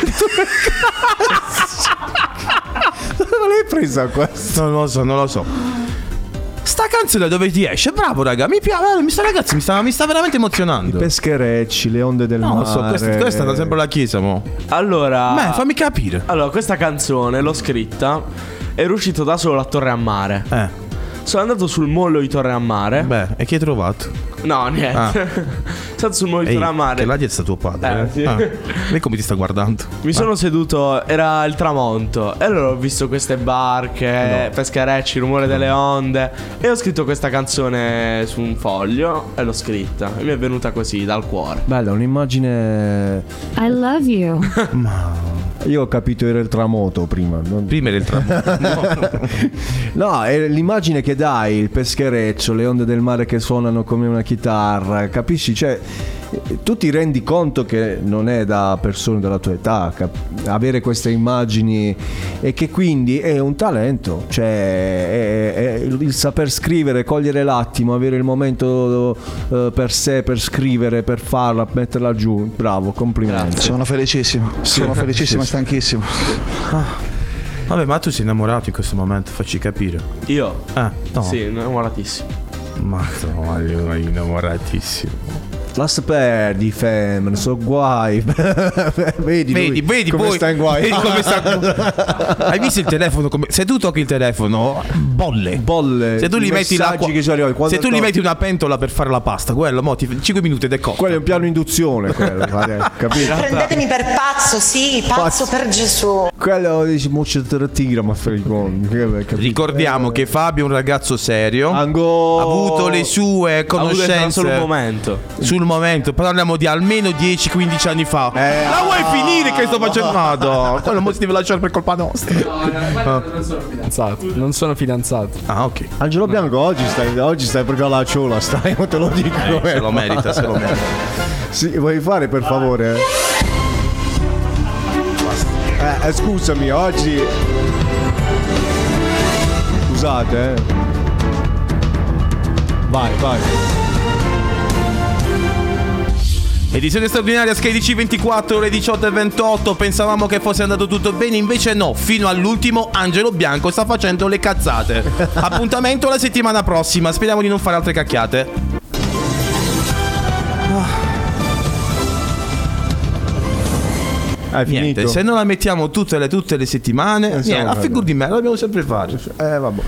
C: Dove l'hai presa questa?
B: Non lo so. Sta canzone dove ti esce? Bravo raga, mi piace. Ragazzi, mi sta veramente emozionando.
C: I pescherecci, le onde del mare.
B: So, questa è sempre la chiesa, mo.
J: Allora,
B: fammi capire.
J: Allora, questa canzone l'ho scritta. Ero uscito da solo a Torre a Mare. Sono andato sul mollo di Torre a Mare.
B: Beh, e chi hai trovato?
J: No, niente. Sono stato sul mollo di Torre a Mare.
B: Che là è tuo padre.
J: Sì.
B: Vedi come ti sta guardando.
J: Mi sono seduto, era il tramonto. E allora ho visto queste barche, pescherecci, rumore delle onde. E ho scritto questa canzone su un foglio. E l'ho scritta. E mi è venuta così, dal cuore.
C: Bella, un'immagine.
V: I love you.
C: Io ho capito era il tramonto prima.
B: Prima era il tramonto.
C: No, è l'immagine che dai, il peschereccio, le onde del mare che suonano come una chitarra, capisci? Cioè, tu ti rendi conto che non è da persone della tua età avere queste immagini e che quindi è un talento, cioè è il saper scrivere, cogliere l'attimo, avere il momento per sé, per scrivere, per farla, metterla giù. Bravo, complimenti.
F: Sono felicissimo, e stanchissimo.
B: Vabbè, ma tu sei innamorato in questo momento, facci capire.
J: Io?
B: No.
J: Sì, innamoratissimo.
B: Ma no, io innamoratissimo.
C: Lascia perdere, femmine, so guai. vedi
B: come
C: sta in guai.
B: Vedi come sta. Hai visto il telefono? Se tu tocchi il telefono, bolle. Se tu gli metti l'acqua, se tu gli metti una pentola per fare la pasta, quello, 5 minuti ed è cotto.
C: Quello è un piano induzione, quello, capito?
H: Prendetemi per pazzo, sì, pazzo per Gesù.
C: Quello dici muccia tira, ma
B: ricordiamo che Fabio è un ragazzo serio. Ha avuto le sue conoscenze sul momento, parliamo di almeno 10-15 anni fa. La vuoi finire che sto facendo? No, quello mo si deve lasciare per colpa nostra.
E: Non sono fidanzato.
B: Ah, ok.
C: Angelo Bianco, oggi stai proprio alla ciola, stai, te lo dico.
B: Se lo merita.
C: Sì, vuoi fare per favore? Scusami, oggi. Scusate, Vai.
B: Edizione straordinaria Sky DC24, ore 18:28. Pensavamo che fosse andato tutto bene, invece no. Fino all'ultimo Angelo Bianco sta facendo le cazzate. Appuntamento la settimana prossima. Speriamo di non fare altre cacchiate. Niente, se non la mettiamo tutte le settimane, a figura di me, la dobbiamo sempre fare.
C: Vabbè.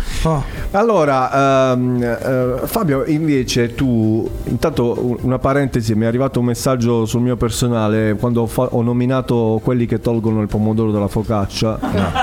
C: Allora, Fabio, invece tu, intanto una parentesi, mi è arrivato un messaggio sul mio personale quando ho nominato quelli che tolgono il pomodoro dalla focaccia.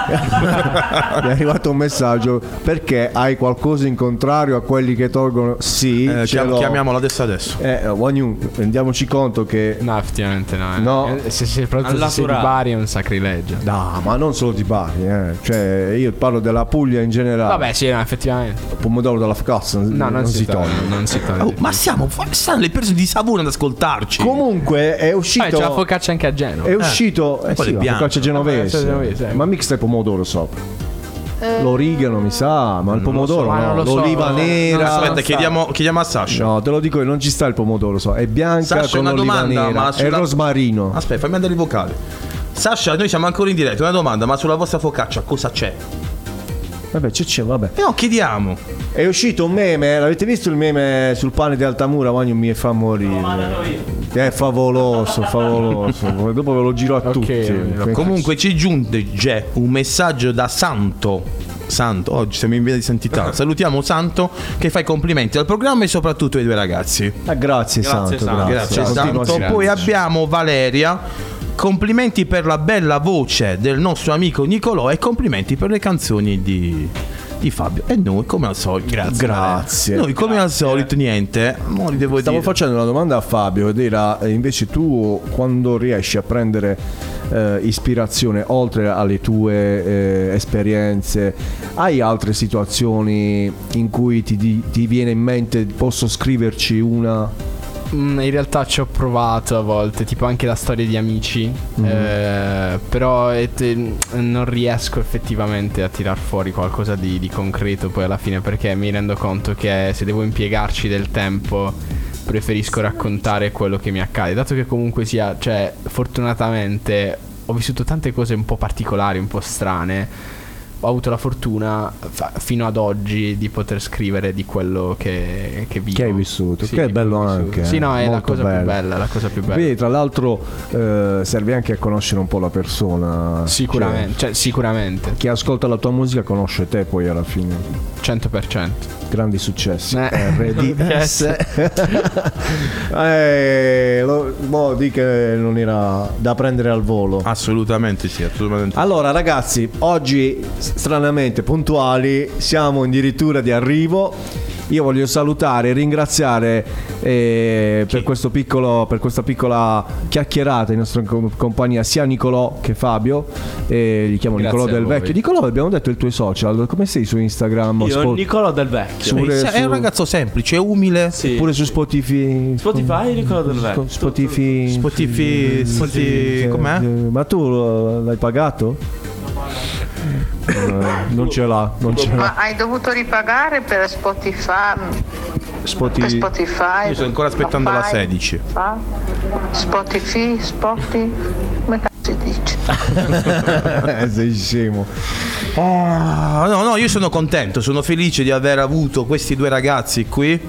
C: Mi è arrivato un messaggio: perché hai qualcosa in contrario a quelli che tolgono? Sì,
B: chiamiamolo adesso.
C: Rendiamoci conto che
E: no, effettivamente no. Se di Bari è un sacrilegio.
C: No, ma non solo di Bari, cioè io parlo della Puglia in generale.
E: Vabbè, sì, no, effettivamente.
C: Il pomodoro dalla focaccia non si toglie.
E: Non si toglie.
B: Ma stanno le persone di Savona ad ascoltarci.
C: Comunque è uscito.
E: C'è la focaccia anche a Genova.
C: È uscito la focaccia genovese. Ma mix del pomodoro sopra. L'origano mi sa, ma il pomodoro no, l'oliva nera.
B: Aspetta, chiediamo a Sasha.
C: No, te lo dico io, non ci sta il pomodoro, è bianca
B: Sasha,
C: con l'oliva nera e rosmarino.
B: Aspetta, fammi andare il vocale. Sasha, noi siamo ancora in diretta, una domanda, ma sulla vostra focaccia cosa c'è?
C: Vabbè, c'è, vabbè.
B: No, chiediamo.
C: È uscito un meme, l'avete visto il meme sul pane di Altamura? Mi fa morire. È favoloso. Dopo ve lo giro a tutti.
B: Comunque ci giunge un messaggio da Santo, oggi siamo in via di santità. Salutiamo Santo che fa i complimenti al programma e soprattutto ai due ragazzi.
C: Grazie Santo.
B: Grazie Santo. Poi abbiamo Valeria. Complimenti per la bella voce del nostro amico Nicolò e complimenti per le canzoni di Fabio. E noi come al solito.
C: Grazie.
B: Noi come al solito niente.
C: Stavo facendo una domanda a Fabio ed era invece tu quando riesci a prendere ispirazione oltre alle tue esperienze, hai altre situazioni in cui ti viene in mente posso scriverci una?
E: In realtà ci ho provato a volte, tipo anche la storia di amici, però non riesco effettivamente a tirar fuori qualcosa di concreto poi alla fine, perché mi rendo conto che se devo impiegarci del tempo preferisco raccontare quello che mi accade, dato che comunque sia, cioè fortunatamente ho vissuto tante cose un po' particolari, un po' strane. Ho avuto la fortuna fino ad oggi di poter scrivere di quello che vivo.
C: Che hai vissuto, sì, che è bello anche.
E: Sì, no, è la cosa più bella, la cosa più bella.
C: Vedi, tra l'altro serve anche a conoscere un po' la persona.
E: Sicuramente, sicuramente.
C: Chi ascolta la tua musica conosce te poi alla fine.
E: 100%.
C: Grandi successi. RDS. Di che non era da prendere al volo.
B: Assolutamente sì, assolutamente.
C: Allora ragazzi, oggi stranamente puntuali, siamo addirittura di arrivo. Io voglio salutare e ringraziare per questa piccola chiacchierata in nostra compagnia sia Nicolò che Fabio. Gli chiamo Nicolò del Vecchio. Nicolò, abbiamo detto i tuoi social, come sei su Instagram?
J: Io Nicolò del Vecchio.
B: È un ragazzo semplice, umile.
J: Sì.
C: Pure su Spotify.
J: Nicolò del Vecchio.
B: Spotify com'è?
C: Ma tu l'hai pagato? Non ce l'ha.
K: Ma hai dovuto ripagare per Spotify?
B: Io sto ancora aspettando la 16.
K: Spotify, come cazzo si dice?
C: Sei scemo.
B: No, io sono contento, sono felice di aver avuto questi due ragazzi qui.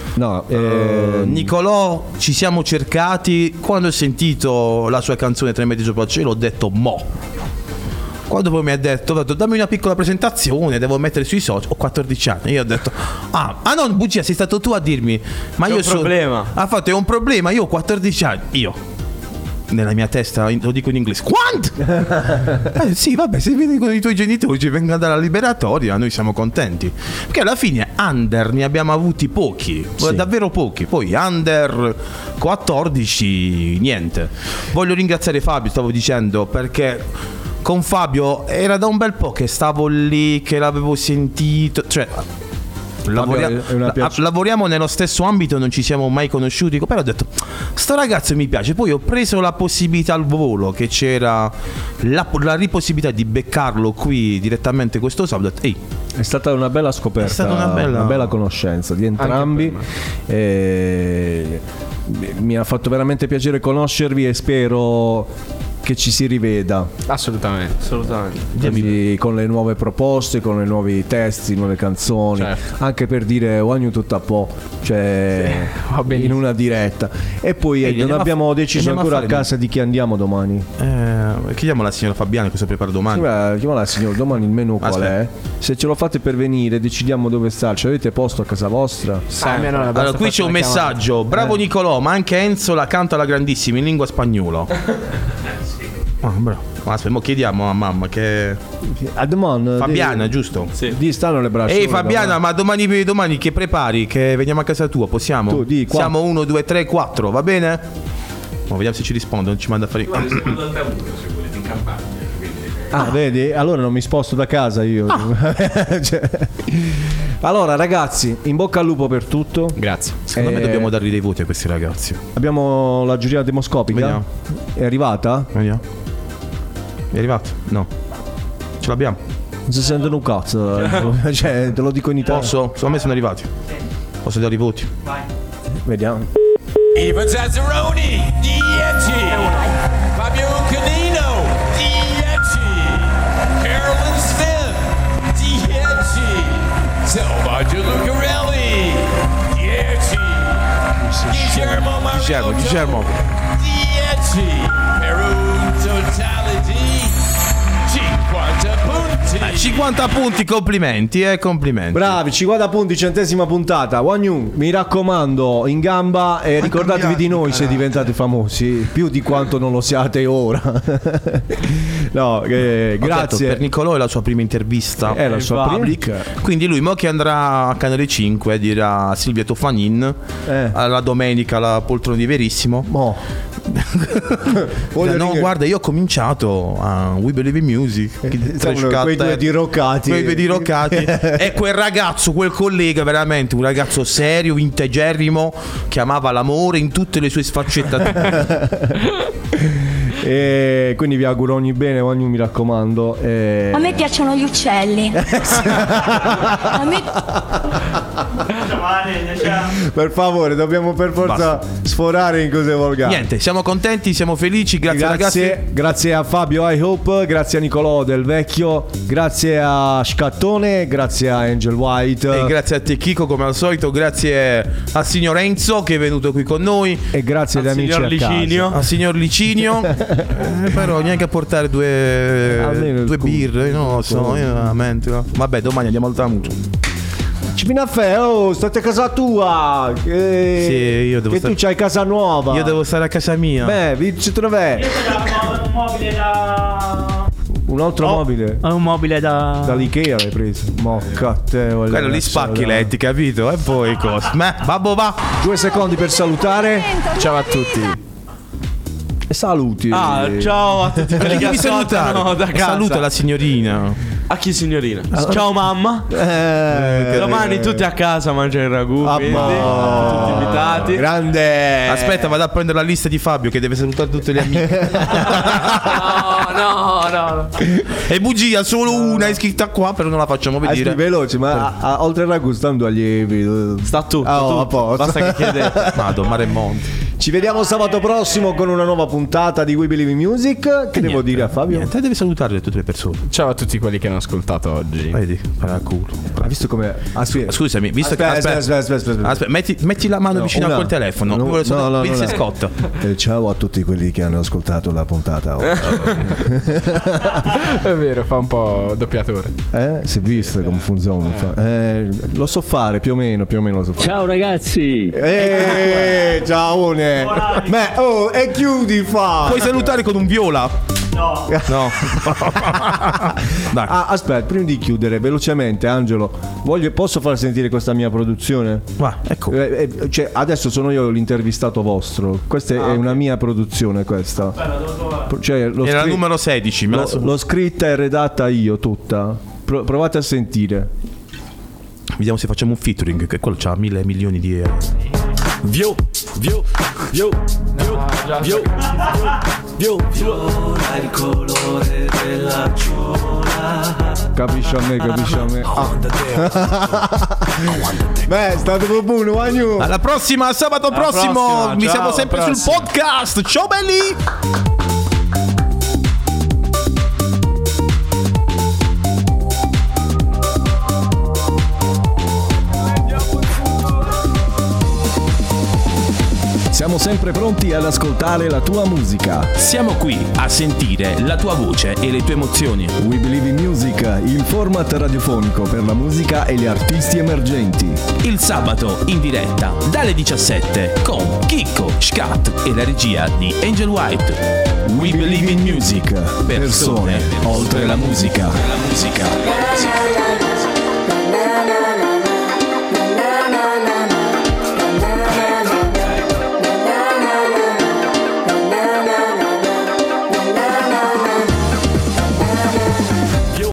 B: Nicolò, ci siamo cercati. Quando ho sentito la sua canzone 3 metri sopra il cielo ho detto quando poi mi ha detto dammi una piccola presentazione, devo mettere sui social, ho 14 anni. Io ho detto no, bugia, sei stato tu a dirmi ma io sono
J: problema.
B: Ha fatto, è un problema, io ho 14 anni. Io nella mia testa lo dico in inglese. Quant? Sì, vabbè, se vieni con i tuoi genitori ci vengono dalla liberatoria, noi siamo contenti. Perché alla fine under ne abbiamo avuti pochi, davvero pochi. Poi under 14 niente. Voglio ringraziare Fabio, stavo dicendo, perché con Fabio era da un bel po' che stavo lì, che l'avevo sentito, cioè lavoriamo nello stesso ambito, non ci siamo mai conosciuti, però ho detto sto ragazzo mi piace. Poi ho preso la possibilità al volo, che c'era la ripossibilità di beccarlo qui direttamente questo sabato.
C: È stata una bella scoperta, una bella conoscenza di entrambi. mi ha fatto veramente piacere conoscervi e spero che ci si riveda.
E: Assolutamente.
C: Quindi, con le nuove proposte, con i nuovi testi, nuove canzoni, anche per dire Wagnu tutto a po', cioè in una diretta. E poi non abbiamo deciso ancora a casa di chi andiamo domani.
B: Chiediamo alla signora Fabiana cosa prepara domani.
C: Chiediamo alla signora domani il menù qual è. Se ce lo fate per venire decidiamo dove starci. Avete posto a casa vostra?
B: Allora, qui c'è un messaggio. Bravo Nicolò, ma anche Enzo la canta alla grandissima in lingua spagnola. Bravo. Ma aspetta, mo chiediamo a mamma che Fabiana, giusto?
C: Sì. Di stanno le braccia.
B: Ehi Fabiana, ma domani che prepari? Che veniamo a casa tua, possiamo?
C: Tu, di,
B: siamo 1, 2, 3, 4, va bene? Vediamo se ci risponde, non ci manda a fare.
N: Rispondo a te uno se volete in campagna.
C: Vedi? Allora non mi sposto da casa io. Allora ragazzi, in bocca al lupo per tutto.
E: Grazie.
B: Secondo me dobbiamo dargli dei voti a questi ragazzi.
C: Abbiamo la giuria demoscopica.
B: Vediamo.
C: È arrivata?
B: Vediamo. È arrivato? No. Ce l'abbiamo.
C: Non si sentono un cazzo. Cioè, te lo dico in Italia.
B: Posso? Secondo me sono arrivati. Posso dare i voti?
N: Vai.
C: Vediamo.
V: Ivan Zazzaroni, 10. Fabio Canino, 10. Carolyn Smith, 10. Salvatore Lucarelli, 10.
B: Guillermo.
V: 10. Peru Totality, 50 punti.
B: 50 punti, complimenti, complimenti.
C: Bravi, 50 punti, 100ª puntata. Wagnu, mi raccomando, in gamba e ricordatevi di noi se diventate famosi, più di quanto non lo siate ora. No, grazie.
B: Per Nicolò è la sua prima intervista
C: è la sua
B: public. Quindi lui mo che andrà a Canale 5 dirà a Silvia Tofanin alla domenica la poltrona di Verissimo. Guarda, io ho cominciato a We Believe in Music,
C: quei due diroccati
B: e quel ragazzo, quel collega, veramente un ragazzo serio, vintagerrimo, che amava l'amore in tutte le sue sfaccettature.
C: E quindi vi auguro ogni bene, ogni mi raccomando.
U: A me piacciono gli uccelli. A me...
C: Per favore, dobbiamo per forza sforare in cose volgari.
B: Niente, siamo contenti, siamo felici. Grazie ragazzi.
C: Grazie a Fabio I Hope, grazie a Nicolò Del Vecchio, grazie a Scattone, grazie a Angel White
B: e grazie a te Chico come al solito. Grazie al signor Enzo che è venuto qui con noi
C: e grazie agli amici a casa.
B: Al signor Licinio. Però neanche a portare due birre, non lo so, io veramente no. Vabbè, domani andiamo al tramuto.
C: Cipinaffè, state a casa tua.
B: Sì, io devo
C: tu c'hai casa nuova.
B: Io devo stare a casa mia.
C: Beh, Vinci dov'è?
N: Io ho un mobile da...
C: Un altro mobile?
N: Un mobile
C: dall'Ikea l'hai preso. Mocca te.
B: Quello li spacchi letti, capito? E poi cosa? Babbo va.
C: 2 secondi per salutare. Ciao a tutti. Saluti.
J: Ciao a tutti quelli che ascoltano da casa.
B: Saluta la signorina.
J: A chi signorina? Ciao mamma. Domani tutti a casa mangiare il ragù, quindi tutti invitati.
C: Grande.
B: Aspetta, vado a prendere la lista di Fabio che deve salutare tutte le amiche.
J: No.
B: E bugia, solo una è scritta qua, però non la facciamo vedere.
C: Veloce, ma oltre al ragù stanno allievi.
J: Sta tutto.
C: A posto.
J: Basta che chiedete.
B: Vado, mare e monti.
C: Ci vediamo sabato prossimo con una nuova puntata di We Believe in Music. Che devo dire a Fabio?
B: Niente, deve salutare tutte le persone.
E: Ciao a tutti quelli che hanno ascoltato oggi.
B: Vedi, parla culo.
C: Hai visto come?
B: Scusami, visto aspetta, metti la mano vicino a quel telefono.
C: No.
B: Si scotta.
C: Ciao a tutti quelli che hanno ascoltato la puntata.
E: È vero, fa un po' doppiatore.
C: Si è visto come funziona. Lo so fare più o meno lo so fare.
W: Ciao ragazzi.
C: Ciao. Beh, e chiudi fa.
B: Puoi salutare con un viola?
W: No.
B: Dai.
C: Aspetta, prima di chiudere velocemente, Angelo, posso far sentire questa mia produzione?
B: Va, ecco.
C: Cioè, adesso sono io l'intervistato vostro. Questa è una mia produzione, questa. Cioè,
B: era il numero 16.
C: L'ho scritta e redatta io tutta. Provate a sentire.
B: Vediamo se facciamo un featuring, che quello c'ha 1.000 milioni di euro.
V: Vio, vio, vio, vio, vio, viola il colore della giura.
C: Capisci a me. Beh, è stato buono, Wagnu.
B: Alla prossima, sabato prossimo. Mi siamo sempre sul podcast. Ciao belli.
C: Siamo sempre pronti ad ascoltare la tua musica.
B: Siamo qui a sentire la tua voce e le tue emozioni.
C: We Believe in Music, il format radiofonico per la musica e gli artisti emergenti.
B: Il sabato in diretta dalle 17 con Chicco, Scat e la regia di Angel White. We Believe in Music, persone oltre la musica.